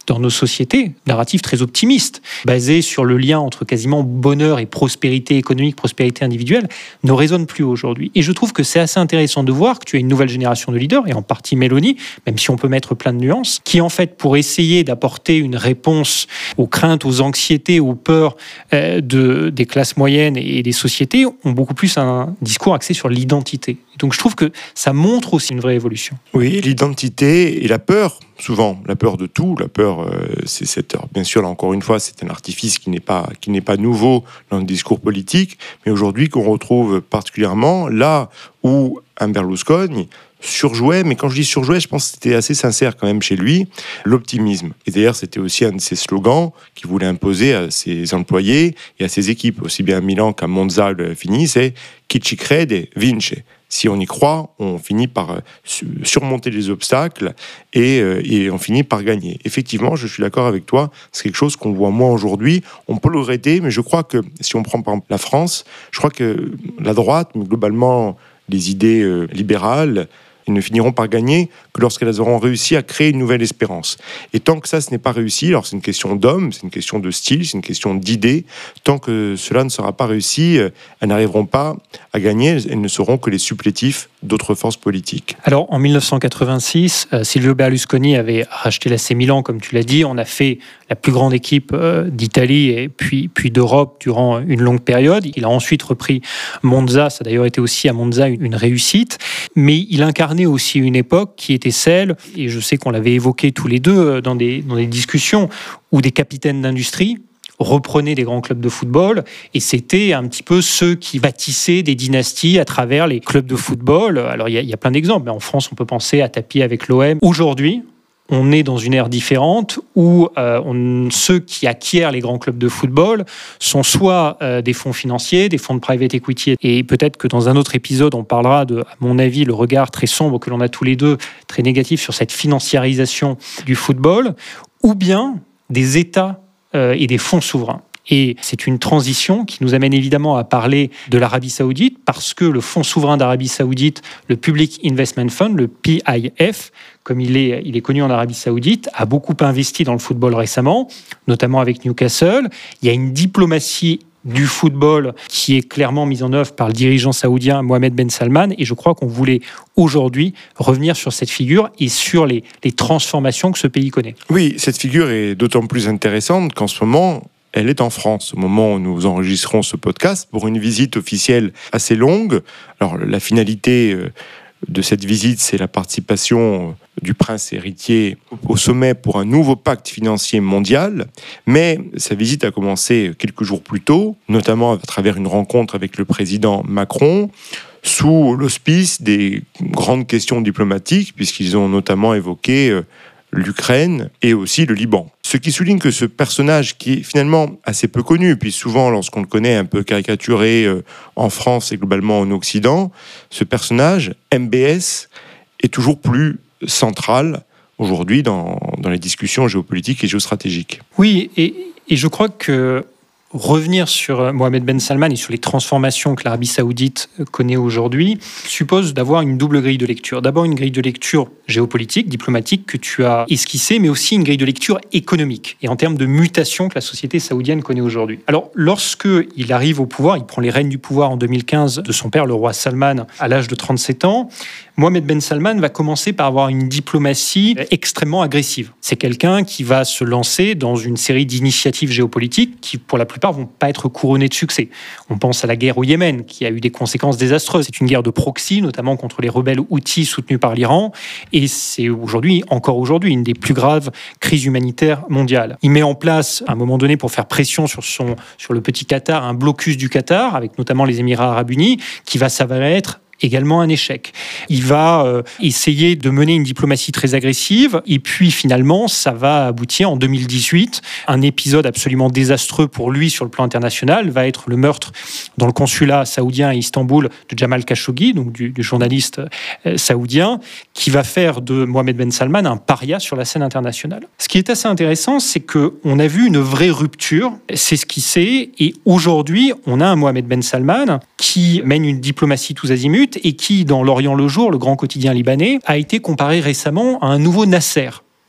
dans nos sociétés, narratif très optimiste, basé sur le lien entre quasiment bonheur et prospérité économique, prospérité individuelle, ne résonne plus aujourd'hui. Et je trouve que c'est assez intéressant de voir que tu as une nouvelle génération de leaders, et en partie Mélanie, même si on peut mettre plein de nuances, qui en fait, pour essayer d'apporter une réponse aux craintes, aux anxiétés, aux peurs euh, de, des classes moyennes et des sociétés, ont beaucoup plus un discours axé sur l'identité. Donc je trouve que ça montre aussi une vraie évolution. Oui, l'identité et la peur, souvent, la peur de tout, la peur, euh, c'est cette, alors, bien sûr, là encore une fois, c'est un artifice qui n'est pas, qui n'est pas nouveau dans le discours politique, mais aujourd'hui qu'on retrouve particulièrement là où un Berlusconi surjouait, mais quand je dis surjouait, je pense que c'était assez sincère quand même chez lui, l'optimisme. Et d'ailleurs, c'était aussi un de ses slogans qu'il voulait imposer à ses employés et à ses équipes, aussi bien à Milan qu'à Monza le fini, c'est « Chi ci crede vince ». Si on y croit, on finit par surmonter les obstacles et, et on finit par gagner. Effectivement, je suis d'accord avec toi, c'est quelque chose qu'on voit moins aujourd'hui. On peut le regretter, mais je crois que si on prend par exemple la France, je crois que la droite, mais globalement les idées euh, libérales, ils ne finiront par gagner que lorsqu'elles auront réussi à créer une nouvelle espérance. Et tant que ça, ce n'est pas réussi, alors c'est une question d'homme, c'est une question de style, c'est une question d'idées, tant que cela ne sera pas réussi, elles n'arriveront pas à gagner, elles ne seront que les supplétifs d'autres forces politiques. Alors, en dix-neuf cent quatre-vingt-six, euh, Silvio Berlusconi avait racheté l'A C Milan, comme tu l'as dit. On a fait la plus grande équipe euh, d'Italie et puis, puis d'Europe durant une longue période. Il a ensuite repris Monza. Ça a d'ailleurs été aussi à Monza une, une réussite. Mais il incarnait aussi une époque qui était celle, et je sais qu'on l'avait évoqué tous les deux dans des, dans des discussions, où des capitaines d'industrie reprenaient des grands clubs de football, et c'était un petit peu ceux qui bâtissaient des dynasties à travers les clubs de football. Alors il y a, il y a plein d'exemples, mais en France on peut penser à Tapie avec l'O M. Aujourd'hui, on est dans une ère différente où euh, on, ceux qui acquièrent les grands clubs de football sont soit euh, des fonds financiers, des fonds de private equity, et peut-être que dans un autre épisode, on parlera de, à mon avis, le regard très sombre que l'on a tous les deux, très négatif sur cette financiarisation du football, ou bien des États euh, et des fonds souverains. Et c'est une transition qui nous amène évidemment à parler de l'Arabie Saoudite, parce que le Fonds souverain d'Arabie Saoudite, le Public Investment Fund, le P I F, comme il est, il est connu en Arabie Saoudite, a beaucoup investi dans le football récemment, notamment avec Newcastle. Il y a une diplomatie du football qui est clairement mise en œuvre par le dirigeant saoudien Mohamed Ben Salman, et je crois qu'on voulait aujourd'hui revenir sur cette figure et sur les, les transformations que ce pays connaît. Oui, cette figure est d'autant plus intéressante qu'en ce moment, elle est en France, au moment où nous enregistrons ce podcast, pour une visite officielle assez longue. Alors, la finalité de cette visite, c'est la participation du prince héritier au sommet pour un nouveau pacte financier mondial. Mais sa visite a commencé quelques jours plus tôt, notamment à travers une rencontre avec le président Macron, sous l'auspice des grandes questions diplomatiques, puisqu'ils ont notamment évoqué l'Ukraine et aussi le Liban. Ce qui souligne que ce personnage, qui est finalement assez peu connu, puis souvent lorsqu'on le connaît un peu caricaturé en France et globalement en Occident, ce personnage, M B S, est toujours plus central aujourd'hui dans, dans les discussions géopolitiques et géostratégiques. Oui, et, et je crois que revenir sur Mohamed Ben Salman et sur les transformations que l'Arabie Saoudite connaît aujourd'hui suppose d'avoir une double grille de lecture. D'abord une grille de lecture géopolitique, diplomatique que tu as esquissée, mais aussi une grille de lecture économique et en termes de mutation que la société saoudienne connaît aujourd'hui. Alors, lorsque il arrive au pouvoir, il prend les rênes du pouvoir en deux mille quinze de son père, le roi Salman, à l'âge de trente-sept ans, Mohamed Ben Salman va commencer par avoir une diplomatie extrêmement agressive. C'est quelqu'un qui va se lancer dans une série d'initiatives géopolitiques qui, pour la plupart, vont pas être couronnées de succès. On pense à la guerre au Yémen, qui a eu des conséquences désastreuses. C'est une guerre de proxy, notamment contre les rebelles houthis soutenus par l'Iran, et c'est aujourd'hui, encore aujourd'hui, une des plus graves crises humanitaires mondiales. Il met en place, à un moment donné, pour faire pression sur, son, sur le petit Qatar, un blocus du Qatar, avec notamment les Émirats arabes unis, qui va s'avérer être également un échec. Il va euh, essayer de mener une diplomatie très agressive, et puis finalement, ça va aboutir en deux mille dix-huit. Un épisode absolument désastreux pour lui sur le plan international va être le meurtre dans le consulat saoudien à Istanbul de Jamal Khashoggi, donc du, du journaliste euh, saoudien, qui va faire de Mohamed Ben Salman un paria sur la scène internationale. Ce qui est assez intéressant, c'est qu'on a vu une vraie rupture, c'est ce qui s'est, et aujourd'hui, on a un Mohamed Ben Salman qui mène une diplomatie tous azimuts, et qui, dans l'Orient le Jour, le grand quotidien libanais, a été comparé récemment à un nouveau Nasser,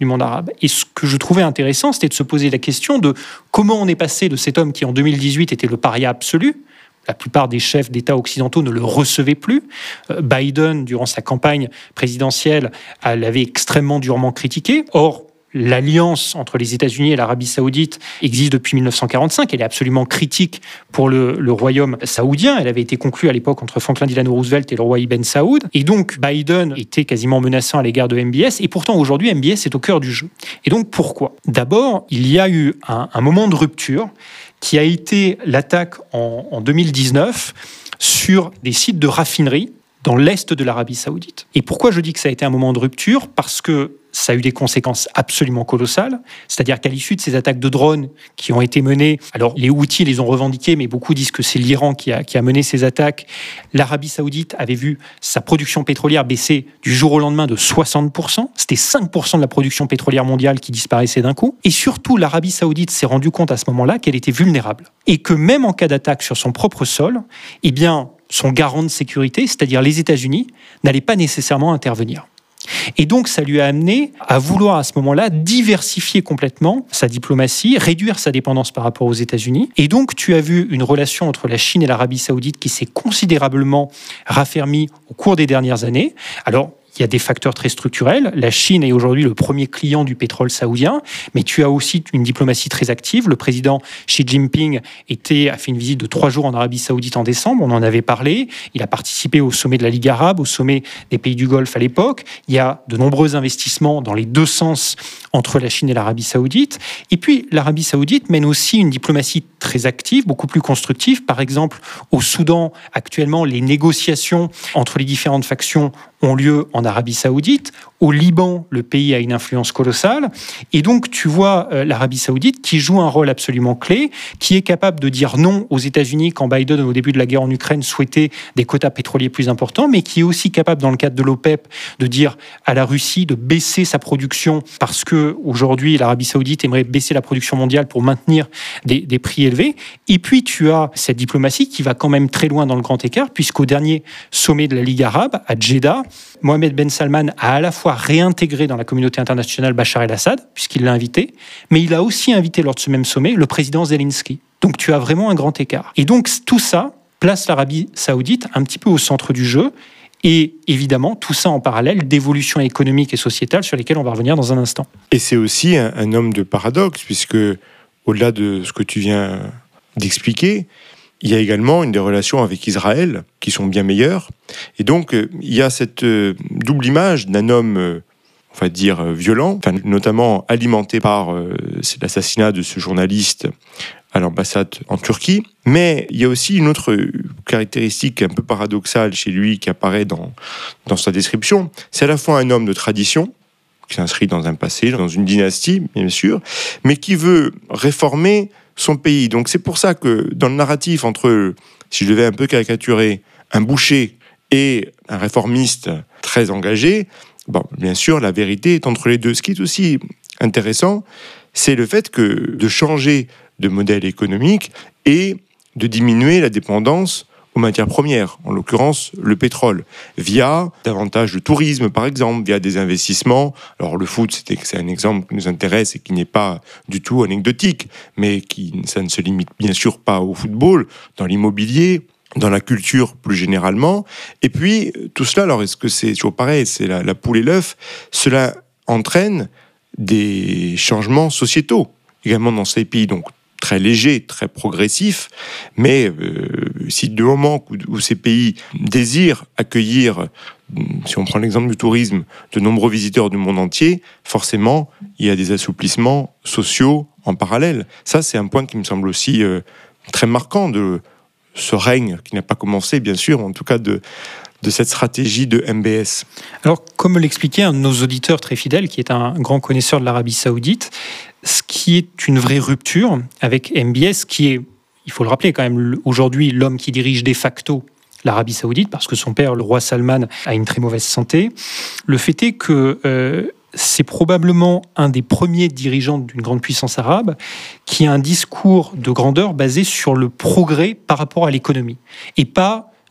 du monde arabe. Et ce que je trouvais intéressant, c'était de se poser la question de comment on est passé de cet homme qui, en deux mille dix-huit, était le paria absolu. La plupart des chefs d'État occidentaux ne le recevaient plus. Biden, durant sa campagne présidentielle, l'avait extrêmement durement critiqué. Or, l'alliance entre les États-Unis et l'Arabie saoudite existe depuis mille neuf cent quarante-cinq. Elle est absolument critique pour le, le royaume saoudien. Elle avait été conclue à l'époque entre Franklin Delano Roosevelt et le roi Ibn Saoud. Et donc, Biden était quasiment menaçant à l'égard de M B S. Et pourtant, aujourd'hui, M B S est au cœur du jeu. Et donc, pourquoi ? D'abord, il y a eu un, un moment de rupture qui a été l'attaque en, en deux mille dix-neuf sur des sites de raffinerie dans l'est de l'Arabie saoudite. Et pourquoi je dis que ça a été un moment de rupture ? Parce que ça a eu des conséquences absolument colossales. C'est-à-dire qu'à l'issue de ces attaques de drones qui ont été menées, alors les Houthis les ont revendiquées, mais beaucoup disent que c'est l'Iran qui a, qui a mené ces attaques. L'Arabie saoudite avait vu sa production pétrolière baisser du jour au lendemain de soixante pour cent. C'était cinq pour cent de la production pétrolière mondiale qui disparaissait d'un coup. Et surtout, l'Arabie saoudite s'est rendue compte à ce moment-là qu'elle était vulnérable. Et que même en cas d'attaque sur son propre sol, eh bien, son garant de sécurité, c'est-à-dire les États-Unis, n'allait pas nécessairement intervenir. Et donc, ça lui a amené à vouloir à ce moment-là diversifier complètement sa diplomatie, réduire sa dépendance par rapport aux États-Unis. Et donc, tu as vu une relation entre la Chine et l'Arabie saoudite qui s'est considérablement raffermie au cours des dernières années. Alors, il y a des facteurs très structurels. La Chine est aujourd'hui le premier client du pétrole saoudien, mais tu as aussi une diplomatie très active. Le président Xi Jinping était, a fait une visite de trois jours en Arabie saoudite en décembre, on en avait parlé. Il a participé au sommet de la Ligue arabe, au sommet des pays du Golfe à l'époque. Il y a de nombreux investissements dans les deux sens entre la Chine et l'Arabie saoudite. Et puis, l'Arabie saoudite mène aussi une diplomatie très active, beaucoup plus constructive. Par exemple, au Soudan, actuellement, les négociations entre les différentes factions ont lieu en Arabie saoudite. Au Liban, le pays a une influence colossale. Et donc, tu vois euh, l'Arabie saoudite qui joue un rôle absolument clé, qui est capable de dire non aux États-Unis quand Biden, au début de la guerre en Ukraine, souhaitait des quotas pétroliers plus importants, mais qui est aussi capable, dans le cadre de l'OPEP, de dire à la Russie de baisser sa production parce que aujourd'hui, l'Arabie saoudite aimerait baisser la production mondiale pour maintenir des, des prix élevés. Et puis, tu as cette diplomatie qui va quand même très loin dans le grand écart, puisqu'au dernier sommet de la Ligue arabe, à Jeddah, Mohamed Ben Salman a à la fois réintégré dans la communauté internationale Bachar el-Assad, puisqu'il l'a invité, mais il a aussi invité lors de ce même sommet le président Zelensky. Donc tu as vraiment un grand écart. Et donc tout ça place l'Arabie saoudite un petit peu au centre du jeu, et évidemment tout ça en parallèle d'évolutions économiques et sociétales sur lesquelles on va revenir dans un instant. Et c'est aussi un, un homme de paradoxe, puisque au-delà de ce que tu viens d'expliquer, il y a également une des relations avec Israël qui sont bien meilleures. Et donc, euh, il y a cette euh, double image d'un homme, euh, on va dire, euh, violent, enfin, notamment alimenté par euh, l'assassinat de ce journaliste à l'ambassade en Turquie. Mais il y a aussi une autre caractéristique un peu paradoxale chez lui qui apparaît dans, dans sa description. C'est à la fois un homme de tradition, qui s'inscrit dans un passé, dans une dynastie, bien sûr, mais qui veut réformer son pays. Donc c'est pour ça que dans le narratif entre, si je devais un peu caricaturer, un boucher et un réformiste très engagé, bon, bien sûr, la vérité est entre les deux. Ce qui est aussi intéressant, c'est le fait que de changer de modèle économique et de diminuer la dépendance aux matières premières, en l'occurrence le pétrole, via davantage de tourisme par exemple, via des investissements. Alors le foot, c'était, c'est un exemple qui nous intéresse et qui n'est pas du tout anecdotique, mais qui, ça ne se limite bien sûr pas au football, dans l'immobilier, dans la culture plus généralement. Et puis tout cela, alors est-ce que c'est toujours pareil, c'est la, la poule et l'œuf, cela entraîne des changements sociétaux également dans ces pays, donc très léger, très progressif, mais euh, si du moment où, où ces pays désirent accueillir, si on prend l'exemple du tourisme, de nombreux visiteurs du monde entier, forcément, il y a des assouplissements sociaux en parallèle. Ça, c'est un point qui me semble aussi euh, très marquant de ce règne, qui n'a pas commencé, bien sûr, en tout cas de, de cette stratégie de M B S. Alors, comme l'expliquait un de nos auditeurs très fidèles, qui est un grand connaisseur de l'Arabie saoudite, ce qui est une vraie rupture avec M B S, qui est, il faut le rappeler quand même, aujourd'hui l'homme qui dirige de facto l'Arabie saoudite, parce que son père, le roi Salman, a une très mauvaise santé. Le fait est que euh, c'est probablement un des premiers dirigeants d'une grande puissance arabe qui a un discours de grandeur basé sur le progrès par rapport à l'économie, et pas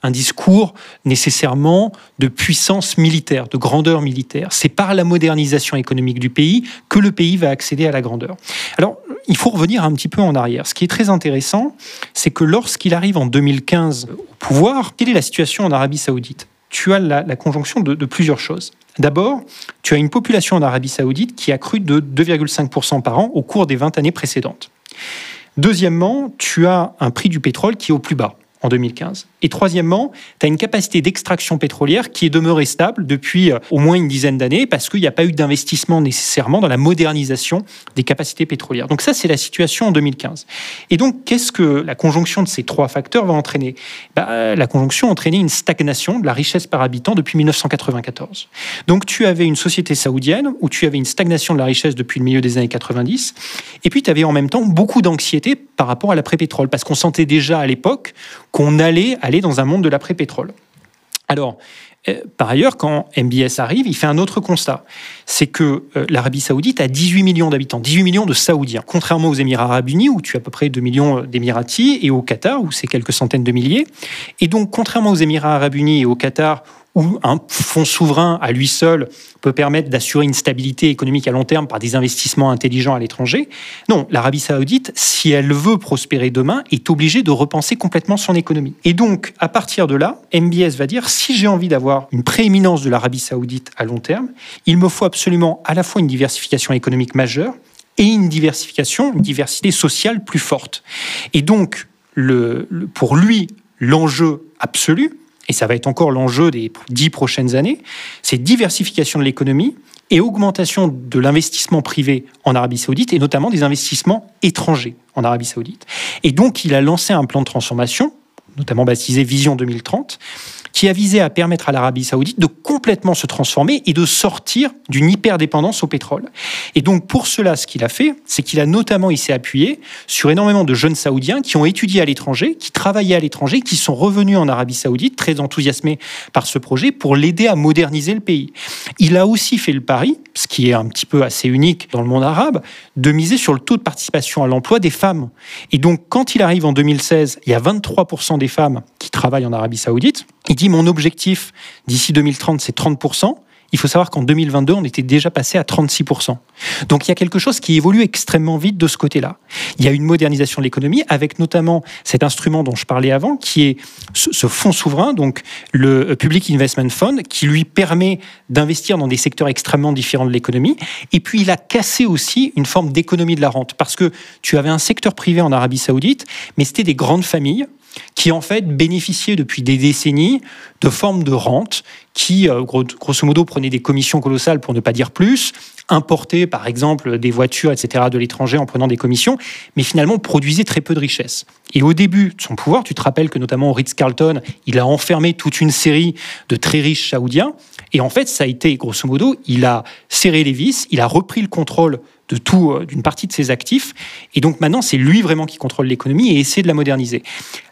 un discours nécessairement de puissance militaire, de grandeur militaire. C'est par la modernisation économique du pays que le pays va accéder à la grandeur. Alors, il faut revenir un petit peu en arrière. Ce qui est très intéressant, c'est que lorsqu'il arrive en deux mille quinze au pouvoir, quelle est la situation en Arabie Saoudite ? Tu as la, la conjonction de, de plusieurs choses. D'abord, tu as une population en Arabie Saoudite qui a crû de deux virgule cinq pour cent par an au cours des vingt années précédentes. Deuxièmement, tu as un prix du pétrole qui est au plus bas en deux mille quinze. Et troisièmement, tu as une capacité d'extraction pétrolière qui est demeurée stable depuis au moins une dizaine d'années parce qu'il n'y a pas eu d'investissement nécessairement dans la modernisation des capacités pétrolières. Donc ça, c'est la situation en deux mille quinze. Et donc, qu'est-ce que la conjonction de ces trois facteurs va entraîner ? Bah, la conjonction a entraîné une stagnation de la richesse par habitant depuis mille neuf cent quatre-vingt-quatorze. Donc, tu avais une société saoudienne où tu avais une stagnation de la richesse depuis le milieu des années quatre-vingt-dix. Et puis, tu avais en même temps beaucoup d'anxiété par rapport à l'après-pétrole parce qu'on sentait déjà à l'époque qu'on allait aller dans un monde de l'après-pétrole. Alors, euh, par ailleurs, quand M B S arrive, il fait un autre constat. C'est que euh, l'Arabie Saoudite a dix-huit millions d'habitants, dix-huit millions de Saoudiens. Contrairement aux Émirats Arabes Unis, où tu as à peu près deux millions d'Émiratis, et au Qatar, où c'est quelques centaines de milliers. Et donc, contrairement aux Émirats Arabes Unis et au Qatar, où un fonds souverain à lui seul peut permettre d'assurer une stabilité économique à long terme par des investissements intelligents à l'étranger. Non, l'Arabie Saoudite, si elle veut prospérer demain, est obligée de repenser complètement son économie. Et donc, à partir de là, M B S va dire, si j'ai envie d'avoir une prééminence de l'Arabie Saoudite à long terme, il me faut absolument à la fois une diversification économique majeure et une diversification, une diversité sociale plus forte. Et donc, le, le, pour lui, l'enjeu absolu, et ça va être encore l'enjeu des dix prochaines années, c'est diversification de l'économie et augmentation de l'investissement privé en Arabie Saoudite, et notamment des investissements étrangers en Arabie Saoudite. Et donc, il a lancé un plan de transformation, notamment baptisé Vision deux mille trente, qui a visé à permettre à l'Arabie Saoudite de complètement se transformer et de sortir d'une hyperdépendance au pétrole. Et donc, pour cela, ce qu'il a fait, c'est qu'il a notamment, il s'est appuyé sur énormément de jeunes Saoudiens qui ont étudié à l'étranger, qui travaillaient à l'étranger, qui sont revenus en Arabie Saoudite, très enthousiasmés par ce projet, pour l'aider à moderniser le pays. Il a aussi fait le pari, ce qui est un petit peu assez unique dans le monde arabe, de miser sur le taux de participation à l'emploi des femmes. Et donc, quand il arrive en deux mille seize, il y a vingt-trois pour cent des femmes qui travaillent en Arabie Saoudite. Il dit, mon objectif d'ici deux mille trente, c'est trente pour cent. Il faut savoir qu'en deux mille vingt-deux, on était déjà passé à trente-six pour cent. Donc il y a quelque chose qui évolue extrêmement vite de ce côté-là. Il y a une modernisation de l'économie avec notamment cet instrument dont je parlais avant, qui est ce fonds souverain, donc le Public Investment Fund, qui lui permet d'investir dans des secteurs extrêmement différents de l'économie. Et puis il a cassé aussi une forme d'économie de la rente, parce que tu avais un secteur privé en Arabie Saoudite, mais c'était des grandes familles qui en fait bénéficiaient depuis des décennies de formes de rente qui, euh, grosso modo, prenaient des commissions colossales pour ne pas dire plus, importaient par exemple des voitures, et cetera de l'étranger en prenant des commissions, mais finalement produisaient très peu de richesse. Et au début de son pouvoir, tu te rappelles que notamment au Ritz-Carlton, il a enfermé toute une série de très riches saoudiens, et en fait ça a été, grosso modo, il a serré les vis, il a repris le contrôle de tout, euh, d'une partie de ses actifs, et donc maintenant c'est lui vraiment qui contrôle l'économie et essaie de la moderniser.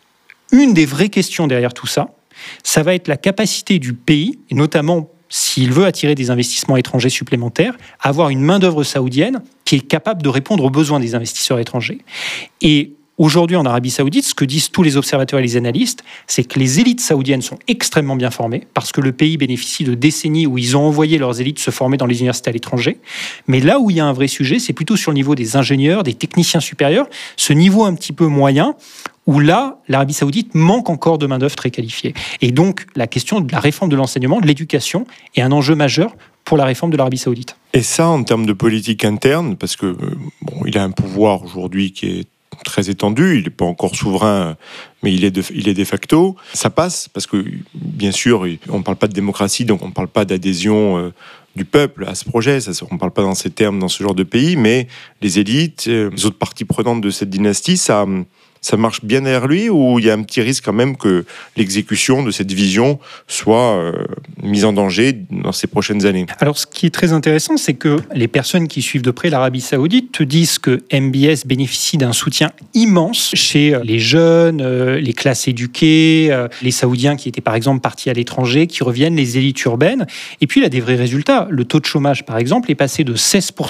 Une des vraies questions derrière tout ça, ça va être la capacité du pays, et notamment s'il veut attirer des investissements étrangers supplémentaires, à avoir une main-d'œuvre saoudienne qui est capable de répondre aux besoins des investisseurs étrangers. Et aujourd'hui, en Arabie Saoudite, ce que disent tous les observateurs et les analystes, c'est que les élites saoudiennes sont extrêmement bien formées, parce que le pays bénéficie de décennies où ils ont envoyé leurs élites se former dans les universités à l'étranger. Mais là où il y a un vrai sujet, c'est plutôt sur le niveau des ingénieurs, des techniciens supérieurs, ce niveau un petit peu moyen, où là, l'Arabie Saoudite manque encore de main-d'œuvre très qualifiée. Et donc, la question de la réforme de l'enseignement, de l'éducation, est un enjeu majeur pour la réforme de l'Arabie Saoudite. Et ça, en termes de politique interne, parce que bon, il a un pouvoir aujourd'hui qui est très étendu, il n'est pas encore souverain, mais il est, de, il est de facto. Ça passe, parce que, bien sûr, on ne parle pas de démocratie, donc on ne parle pas d'adhésion euh, du peuple à ce projet, ça, on ne parle pas dans ces termes dans ce genre de pays, mais les élites, euh, les autres parties prenantes de cette dynastie, ça... Ça marche bien derrière lui, ou il y a un petit risque quand même que l'exécution de cette vision soit euh, mise en danger dans ces prochaines années? Alors, ce qui est très intéressant, c'est que les personnes qui suivent de près l'Arabie Saoudite te disent que M B S bénéficie d'un soutien immense chez les jeunes, euh, les classes éduquées, euh, les Saoudiens qui étaient par exemple partis à l'étranger, qui reviennent, les élites urbaines. Et puis, il a des vrais résultats. Le taux de chômage, par exemple, est passé de seize pour cent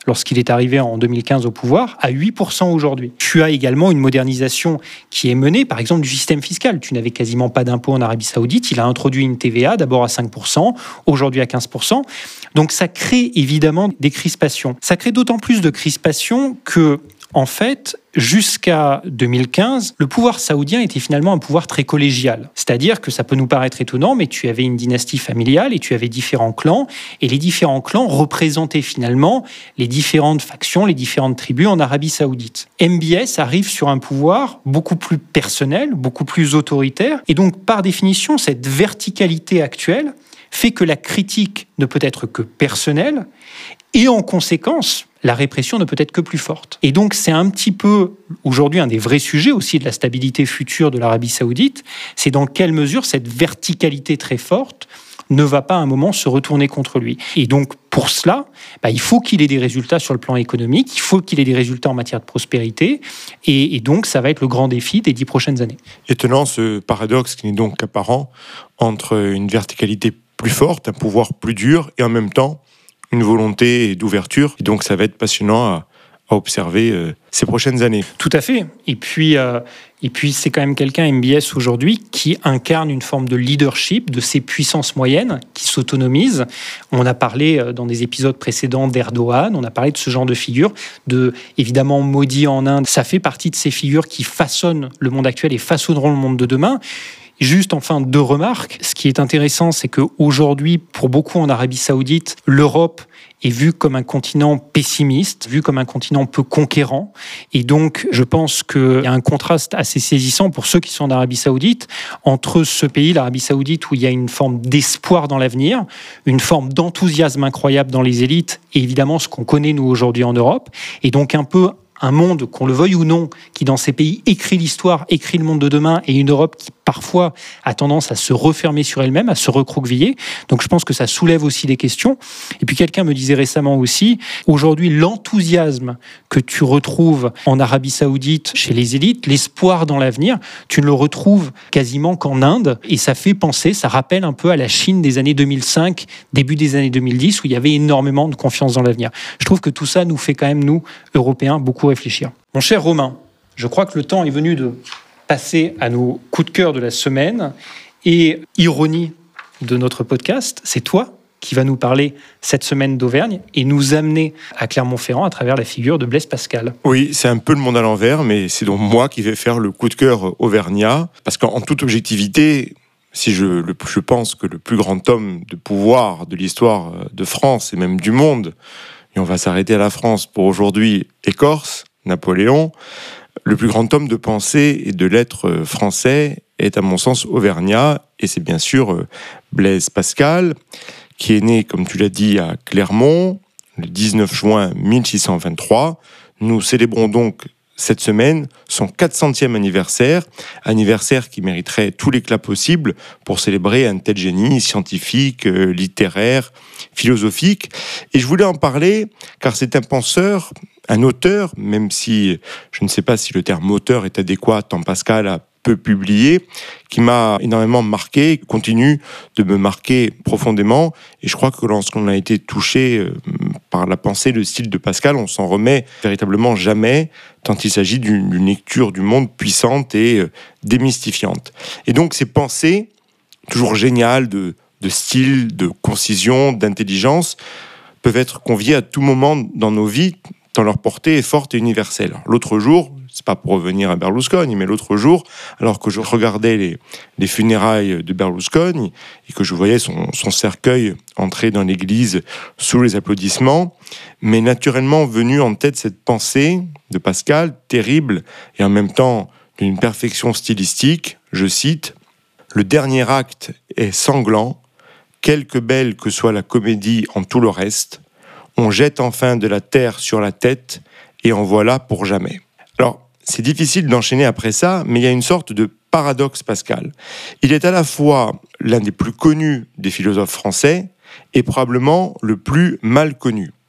lorsqu'il est arrivé en deux mille quinze au pouvoir, à huit pour cent aujourd'hui. Tu as également une modernisation qui est menée, par exemple, du système fiscal. Tu n'avais quasiment pas d'impôt en Arabie Saoudite. Il a introduit une T V A, d'abord à cinq pour cent, aujourd'hui à quinze pour cent. Donc ça crée évidemment des crispations. Ça crée d'autant plus de crispations que, en fait, jusqu'à deux mille quinze, le pouvoir saoudien était finalement un pouvoir très collégial. C'est-à-dire que ça peut nous paraître étonnant, mais tu avais une dynastie familiale et tu avais différents clans. Et les différents clans représentaient finalement les différentes factions, les différentes tribus en Arabie Saoudite. M B S arrive sur un pouvoir beaucoup plus personnel, beaucoup plus autoritaire. Et donc, par définition, cette verticalité actuelle fait que la critique ne peut être que personnelle. Et en conséquence, la répression ne peut être que plus forte. Et donc, c'est un petit peu, aujourd'hui, un des vrais sujets aussi de la stabilité future de l'Arabie Saoudite, c'est dans quelle mesure cette verticalité très forte ne va pas à un moment se retourner contre lui. Et donc, pour cela, bah, il faut qu'il ait des résultats sur le plan économique, il faut qu'il ait des résultats en matière de prospérité, et, et donc, ça va être le grand défi des dix prochaines années. Étonnant ce paradoxe qui n'est donc qu'apparent entre une verticalité plus forte, un pouvoir plus dur, et en même temps, une volonté d'ouverture. Et donc, ça va être passionnant à, à observer euh, ces prochaines années. Tout à fait. Et puis, euh, et puis c'est quand même quelqu'un, M B S aujourd'hui, qui incarne une forme de leadership de ces puissances moyennes qui s'autonomisent. On a parlé dans des épisodes précédents d'Erdogan, on a parlé de ce genre de figures, de, évidemment, Modi en Inde. Ça fait partie de ces figures qui façonnent le monde actuel et façonneront le monde de demain. Juste enfin deux remarques. Ce qui est intéressant, c'est qu'aujourd'hui, pour beaucoup en Arabie Saoudite, l'Europe est vue comme un continent pessimiste, vu comme un continent peu conquérant. Et donc, je pense qu'il y a un contraste assez saisissant pour ceux qui sont en Arabie Saoudite entre ce pays, l'Arabie Saoudite, où il y a une forme d'espoir dans l'avenir, une forme d'enthousiasme incroyable dans les élites, et évidemment ce qu'on connaît nous aujourd'hui en Europe, et donc un peu un monde, qu'on le veuille ou non, qui dans ces pays écrit l'histoire, écrit le monde de demain, et une Europe qui parfois a tendance à se refermer sur elle-même, à se recroqueviller. Donc je pense que ça soulève aussi des questions. Et puis quelqu'un me disait récemment aussi, aujourd'hui l'enthousiasme que tu retrouves en Arabie Saoudite chez les élites, l'espoir dans l'avenir, tu ne le retrouves quasiment qu'en Inde. Et ça fait penser, ça rappelle un peu à la Chine des années deux mille cinq, début des années deux mille dix, où il y avait énormément de confiance dans l'avenir. Je trouve que tout ça nous fait quand même, nous, Européens, beaucoup réfléchir. Mon cher Romain, je crois que le temps est venu de passer à nos coups de cœur de la semaine. Et ironie de notre podcast, c'est toi qui vas nous parler cette semaine d'Auvergne et nous amener à Clermont-Ferrand à travers la figure de Blaise Pascal. Oui, c'est un peu le monde à l'envers, mais c'est donc moi qui vais faire le coup de cœur auvergnat, parce qu'en toute objectivité, si je, le, je pense que le plus grand homme de pouvoir de l'histoire de France et même du monde, et on va s'arrêter à la France pour aujourd'hui, est Corse, Napoléon, le plus grand homme de pensée et de lettres français est à mon sens auvergnat, et c'est bien sûr Blaise Pascal, qui est né, comme tu l'as dit, à Clermont, le dix-neuf juin mille six cent vingt-trois. Nous célébrons donc cette semaine son quatre centième anniversaire, anniversaire qui mériterait tout l'éclat possible pour célébrer un tel génie scientifique, euh, littéraire, philosophique. Et je voulais en parler car c'est un penseur, un auteur, même si je ne sais pas si le terme auteur est adéquat, tant Pascal a peu publié, qui m'a énormément marqué, continue de me marquer profondément. Et je crois que lorsqu'on a été touché euh, par la pensée, le style de Pascal, on s'en remet véritablement jamais, tant il s'agit d'une, d'une lecture du monde puissante et euh, démystifiante. Et donc ces pensées, toujours géniales, de, de style, de concision, d'intelligence, peuvent être conviées à tout moment dans nos vies, tant leur portée est forte et universelle. L'autre jour, c'est pas pour revenir à Berlusconi, mais l'autre jour, alors que je regardais les, les funérailles de Berlusconi et que je voyais son, son cercueil entrer dans l'église sous les applaudissements, mais naturellement venue en tête cette pensée de Pascal, terrible et en même temps d'une perfection stylistique, je cite, « Le dernier acte est sanglant, quelque belle que soit la comédie en tout le reste, on jette enfin de la terre sur la tête et en voilà pour jamais. » Alors, c'est difficile d'enchaîner après ça, mais il y a une sorte de paradoxe Pascal. Il est à la fois l'un des plus connus des philosophes français et probablement le plus mal connu.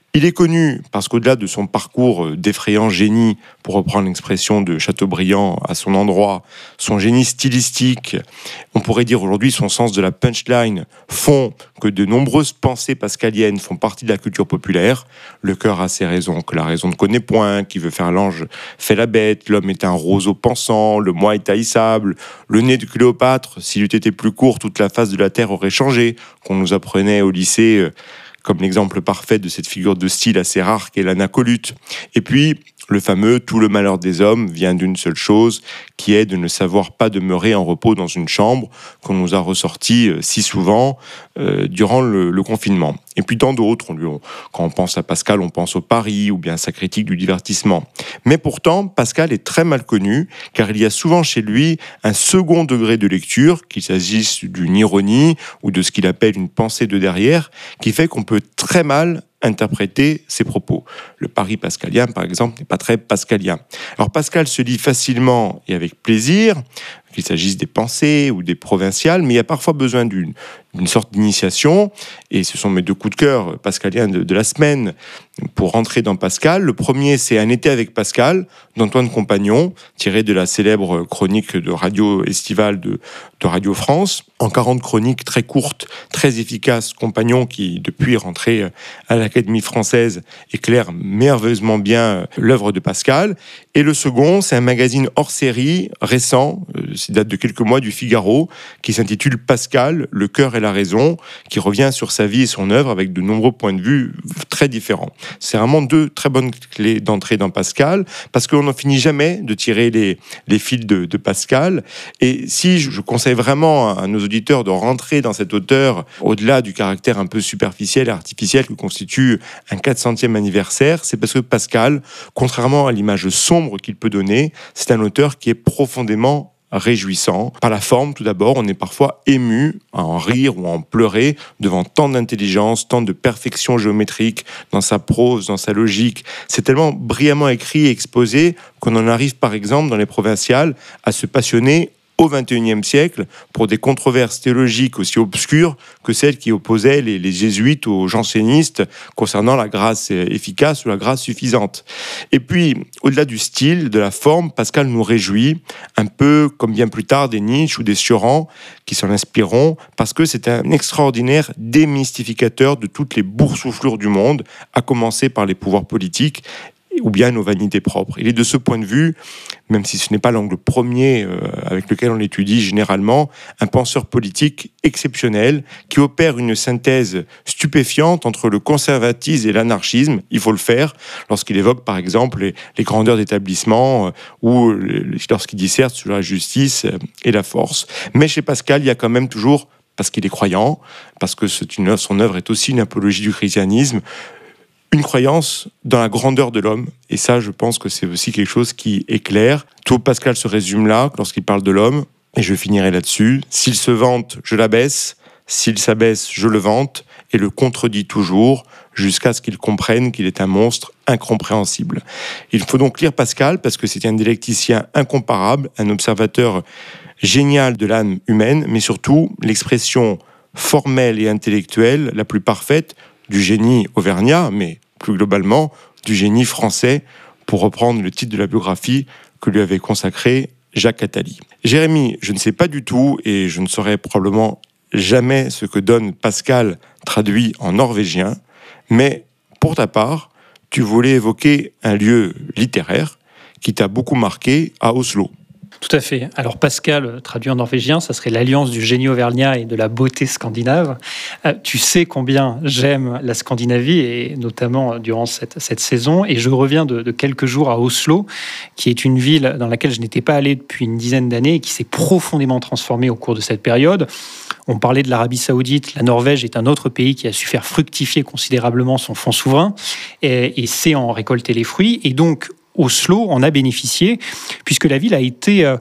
Il est connu parce qu'au-delà de son parcours d'effrayant génie, pour reprendre l'expression de Chateaubriand à son endroit, son génie stylistique, on pourrait dire aujourd'hui son sens de la punchline, font que de nombreuses pensées pascaliennes font partie de la culture populaire. Le cœur a ses raisons que la raison ne connaît point, qui veut faire l'ange fait la bête, l'homme est un roseau pensant, le moi est haïssable, le nez de Cléopâtre, s'il eût été plus court, toute la face de la terre aurait changé, qu'on nous apprenait au lycée euh, comme l'exemple parfait de cette figure de style assez rare qu'est l'anacolute. Et puis, le fameux « tout le malheur des hommes vient d'une seule chose » qui est de ne savoir pas demeurer en repos dans une chambre, qu'on nous a ressorti euh, si souvent euh, durant le, le confinement. Et puis tant d'autres, on lui, on, quand on pense à Pascal, on pense au Paris ou bien à sa critique du divertissement. Mais pourtant, Pascal est très mal connu, car il y a souvent chez lui un second degré de lecture, qu'il s'agisse d'une ironie ou de ce qu'il appelle une pensée de derrière, qui fait qu'on peut très mal interpréter ses propos. Le Paris pascalien, par exemple, n'est pas très pascalien. Alors Pascal se lit facilement et avec plaisir, qu'il s'agisse des pensées ou des provinciales, mais il y a parfois besoin d'une, d'une sorte d'initiation, et ce sont mes deux coups de cœur pascaliens de, de la semaine pour rentrer dans Pascal. Le premier, c'est Un été avec Pascal, d'Antoine Compagnon, tiré de la célèbre chronique de radio estivale de, de Radio France. En quarante chroniques très courtes, très efficaces, Compagnon, qui depuis est rentré à l'Académie française, éclaire merveilleusement bien l'œuvre de Pascal. Et le second, c'est un magazine hors série, récent, qui date de quelques mois, du Figaro, qui s'intitule Pascal, le cœur et la raison, qui revient sur sa vie et son œuvre avec de nombreux points de vue très différents. C'est vraiment deux très bonnes clés d'entrée dans Pascal, parce qu'on n'en finit jamais de tirer les, les fils de, de Pascal. Et si je conseille vraiment à nos auditeurs de rentrer dans cet auteur, au-delà du caractère un peu superficiel et artificiel que constitue un quatre centième anniversaire, c'est parce que Pascal, contrairement à l'image sombre qu'il peut donner, c'est un auteur qui est profondément réjouissant. Par la forme, tout d'abord, on est parfois ému à en rire ou à en pleurer devant tant d'intelligence, tant de perfection géométrique dans sa prose, dans sa logique. C'est tellement brillamment écrit et exposé qu'on en arrive, par exemple, dans les provinciales, à se passionner au vingt et unième siècle pour des controverses théologiques aussi obscures que celles qui opposaient les, les jésuites aux jansénistes concernant la grâce efficace ou la grâce suffisante. Et puis, au-delà du style, de la forme, Pascal nous réjouit, un peu comme bien plus tard des Nietzsche ou des Cioran qui s'en inspireront, parce que c'est un extraordinaire démystificateur de toutes les boursouflures du monde, à commencer par les pouvoirs politiques ou bien nos vanités propres. Il est de ce point de vue, même si ce n'est pas l'angle premier euh, avec lequel on l'étudie généralement, un penseur politique exceptionnel qui opère une synthèse stupéfiante entre le conservatisme et l'anarchisme. Il faut le faire lorsqu'il évoque par exemple les, les grandeurs d'établissement euh, ou les, lorsqu'il disserte sur la justice euh, et la force. Mais chez Pascal, il y a quand même toujours, parce qu'il est croyant, parce que c'est une, son œuvre est aussi une apologie du christianisme, une croyance dans la grandeur de l'homme. Et ça, je pense que c'est aussi quelque chose qui est clair. Tout Pascal se résume là, lorsqu'il parle de l'homme, et je finirai là-dessus. S'il se vante, je l'abaisse. S'il s'abaisse, je le vante. Et le contredit toujours, jusqu'à ce qu'il comprenne qu'il est un monstre incompréhensible. Il faut donc lire Pascal, parce que c'est un dialecticien incomparable, un observateur génial de l'âme humaine, mais surtout l'expression formelle et intellectuelle la plus parfaite du génie auvergnat, mais plus globalement du génie français, pour reprendre le titre de la biographie que lui avait consacré Jacques Attali. Jérémy, je ne sais pas du tout, et je ne saurais probablement jamais ce que donne Pascal traduit en norvégien, mais pour ta part, tu voulais évoquer un lieu littéraire qui t'a beaucoup marqué à Oslo. Tout à fait. Alors Pascal, traduit en norvégien, ça serait l'alliance du génie auvergnat et de la beauté scandinave. Euh, tu sais combien j'aime la Scandinavie, et notamment durant cette, cette saison. Et je reviens de, de quelques jours à Oslo, qui est une ville dans laquelle je n'étais pas allé depuis une dizaine d'années et qui s'est profondément transformée au cours de cette période. On parlait de l'Arabie Saoudite. La Norvège est un autre pays qui a su faire fructifier considérablement son fonds souverain et, et sait en récolter les fruits. Et donc, Oslo en a bénéficié, puisque la ville a été euh,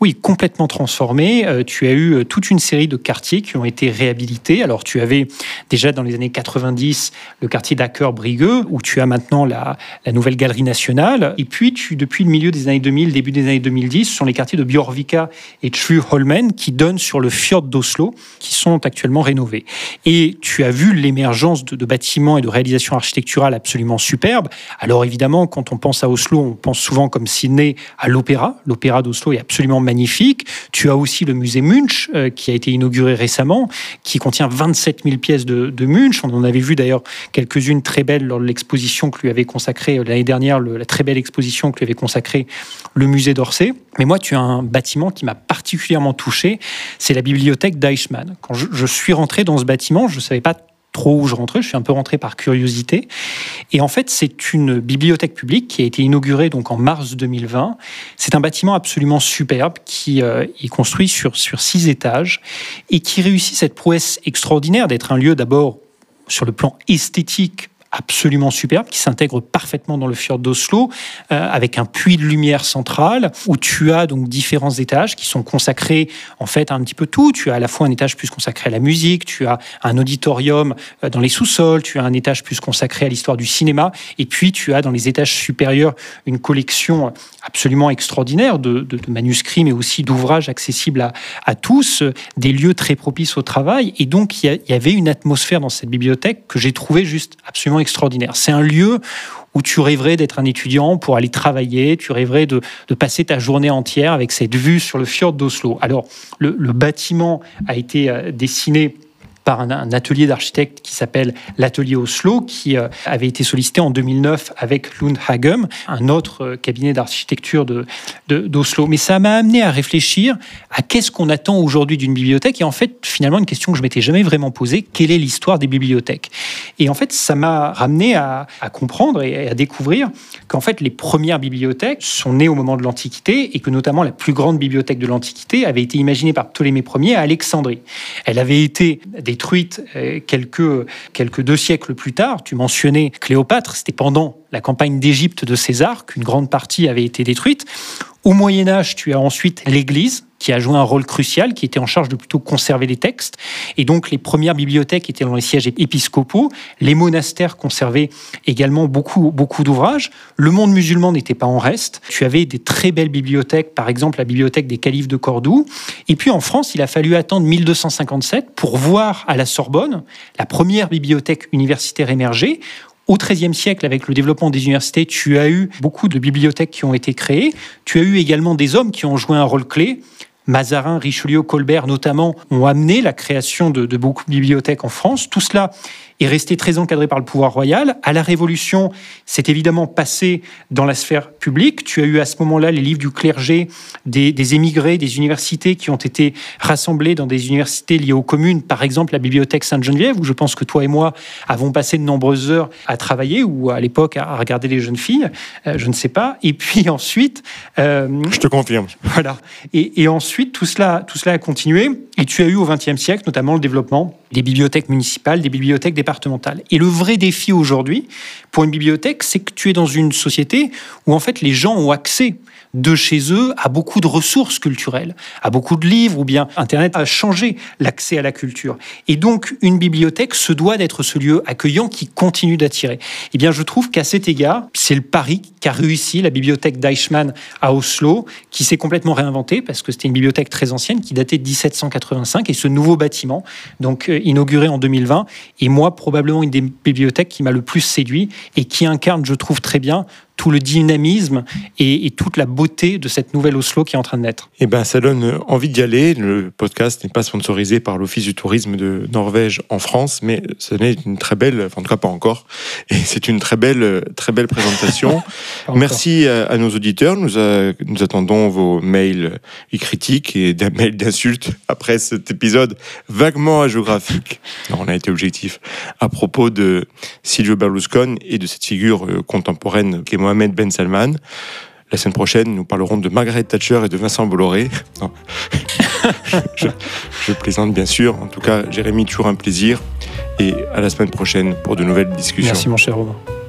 Oui, complètement transformé. Euh, tu as eu toute une série de quartiers qui ont été réhabilités. Alors, tu avais déjà dans les années quatre-vingt-dix le quartier d'Acker-Brigueux, où tu as maintenant la, la nouvelle Galerie Nationale. Et puis, tu, depuis le milieu des années deux mille, début des années deux mille dix, ce sont les quartiers de Bjørvika et Tjuvholmen qui donnent sur le fjord d'Oslo, qui sont actuellement rénovés. Et tu as vu l'émergence de, de bâtiments et de réalisations architecturales absolument superbes. Alors, évidemment, quand on pense à Oslo, on pense souvent comme Sydney à l'opéra. L'opéra d'Oslo est absolument magnifique. Tu as aussi le musée Munch, euh, qui a été inauguré récemment, qui contient vingt-sept mille pièces de, de Munch. On en avait vu d'ailleurs quelques-unes très belles lors de l'exposition que lui avait consacrée l'année dernière, le, la très belle exposition que lui avait consacrée le musée d'Orsay. Mais moi, tu as un bâtiment qui m'a particulièrement touché, c'est la bibliothèque d'Eichmann. Quand je, je suis rentré dans ce bâtiment, je ne savais pas trop où je rentrais, je suis un peu rentré par curiosité. Et en fait, c'est une bibliothèque publique qui a été inaugurée donc en mars deux mille vingt. C'est un bâtiment absolument superbe qui euh, est construit sur, sur six étages et qui réussit cette prouesse extraordinaire d'être un lieu d'abord sur le plan esthétique absolument superbe, qui s'intègre parfaitement dans le fjord d'Oslo, euh, avec un puits de lumière central, où tu as donc différents étages qui sont consacrés en fait à un petit peu tout. Tu as à la fois un étage plus consacré à la musique, tu as un auditorium euh, dans les sous-sols, tu as un étage plus consacré à l'histoire du cinéma, et puis tu as dans les étages supérieurs une collection absolument extraordinaire de, de, de manuscrits, mais aussi d'ouvrages accessibles à, à tous, euh, des lieux très propices au travail. Et donc, il y, y avait une atmosphère dans cette bibliothèque que j'ai trouvée juste absolument extraordinaire. C'est un lieu où tu rêverais d'être un étudiant pour aller travailler, tu rêverais de, de passer ta journée entière avec cette vue sur le fjord d'Oslo. Alors, le, le bâtiment a été euh, dessiné par un, un atelier d'architecte qui s'appelle l'Atelier Oslo, qui euh, avait été sollicité en deux mille neuf avec Lund Hagem, un autre euh, cabinet d'architecture de, de, d'Oslo. Mais ça m'a amené à réfléchir à qu'est-ce qu'on attend aujourd'hui d'une bibliothèque. Et en fait, finalement, une question que je m'étais jamais vraiment posée, quelle est l'histoire des bibliothèques? Et en fait, ça m'a ramené à, à comprendre et à découvrir qu'en fait, les premières bibliothèques sont nées au moment de l'Antiquité et que notamment la plus grande bibliothèque de l'Antiquité avait été imaginée par Ptolémée Ier à Alexandrie. Elle avait été détruite quelques, quelques deux siècles plus tard. Tu mentionnais Cléopâtre, c'était pendant la campagne d'Égypte de César qu'une grande partie avait été détruite. Au Moyen-Âge, tu as ensuite l'Église qui a joué un rôle crucial, qui était en charge de plutôt conserver les textes. Et donc, les premières bibliothèques étaient dans les sièges épiscopaux. Les monastères conservaient également beaucoup, beaucoup d'ouvrages. Le monde musulman n'était pas en reste. Tu avais des très belles bibliothèques, par exemple la bibliothèque des califes de Cordoue. Et puis, en France, il a fallu attendre mille deux cent cinquante-sept pour voir à la Sorbonne la première bibliothèque universitaire émerger. Au XIIIe siècle, avec le développement des universités, tu as eu beaucoup de bibliothèques qui ont été créées. Tu as eu également des hommes qui ont joué un rôle clé. Mazarin, Richelieu, Colbert notamment ont amené la création de, de beaucoup de bibliothèques en France. Tout cela est resté très encadré par le pouvoir royal. À la Révolution, c'est évidemment passé dans la sphère publique. Tu as eu à ce moment-là les livres du clergé, des, des émigrés, des universités qui ont été rassemblés dans des universités liées aux communes. Par exemple, la bibliothèque Sainte-Geneviève, où je pense que toi et moi avons passé de nombreuses heures à travailler, ou à l'époque à regarder les jeunes filles, euh, je ne sais pas. Et puis ensuite... Euh, je te confirme. Voilà. Et, et ensuite, tout cela, tout cela a continué. Et tu as eu au vingtième siècle, notamment le développement des bibliothèques municipales, des bibliothèques départementales. Et le vrai défi aujourd'hui, pour une bibliothèque, c'est que tu es dans une société où en fait les gens ont accès de chez eux à beaucoup de ressources culturelles, à beaucoup de livres, ou bien Internet a changé l'accès à la culture. Et donc, une bibliothèque se doit d'être ce lieu accueillant qui continue d'attirer. Eh bien, je trouve qu'à cet égard, c'est le pari qu'a réussi la bibliothèque d'Eichmann à Oslo, qui s'est complètement réinventée, parce que c'était une bibliothèque très ancienne, qui datait de dix-sept cent quatre-vingt-cinq, et ce nouveau bâtiment, donc euh, inauguré en deux mille vingt, est moi, probablement une des bibliothèques qui m'a le plus séduit, et qui incarne, je trouve, très bien tout le dynamisme et, et toute la beauté de cette nouvelle Oslo qui est en train de naître. Eh ben, ça donne envie d'y aller. Le podcast n'est pas sponsorisé par l'Office du tourisme de Norvège en France, mais ce n'est une très belle, enfin, en tout cas pas encore, et c'est une très belle, très belle présentation. Merci à, à nos auditeurs. Nous, a, nous attendons vos mails et critiques et des mails d'insultes après cet épisode vaguement hagiographique. Non, on a été objectif à propos de Silvio Berlusconi et de cette figure contemporaine qui est Mohamed Ben Salman. La semaine prochaine, nous parlerons de Margaret Thatcher et de Vincent Bolloré. Non. je, je plaisante bien sûr. En tout cas, Jérémy, toujours un plaisir. Et à la semaine prochaine pour de nouvelles discussions. Merci mon cher Romain.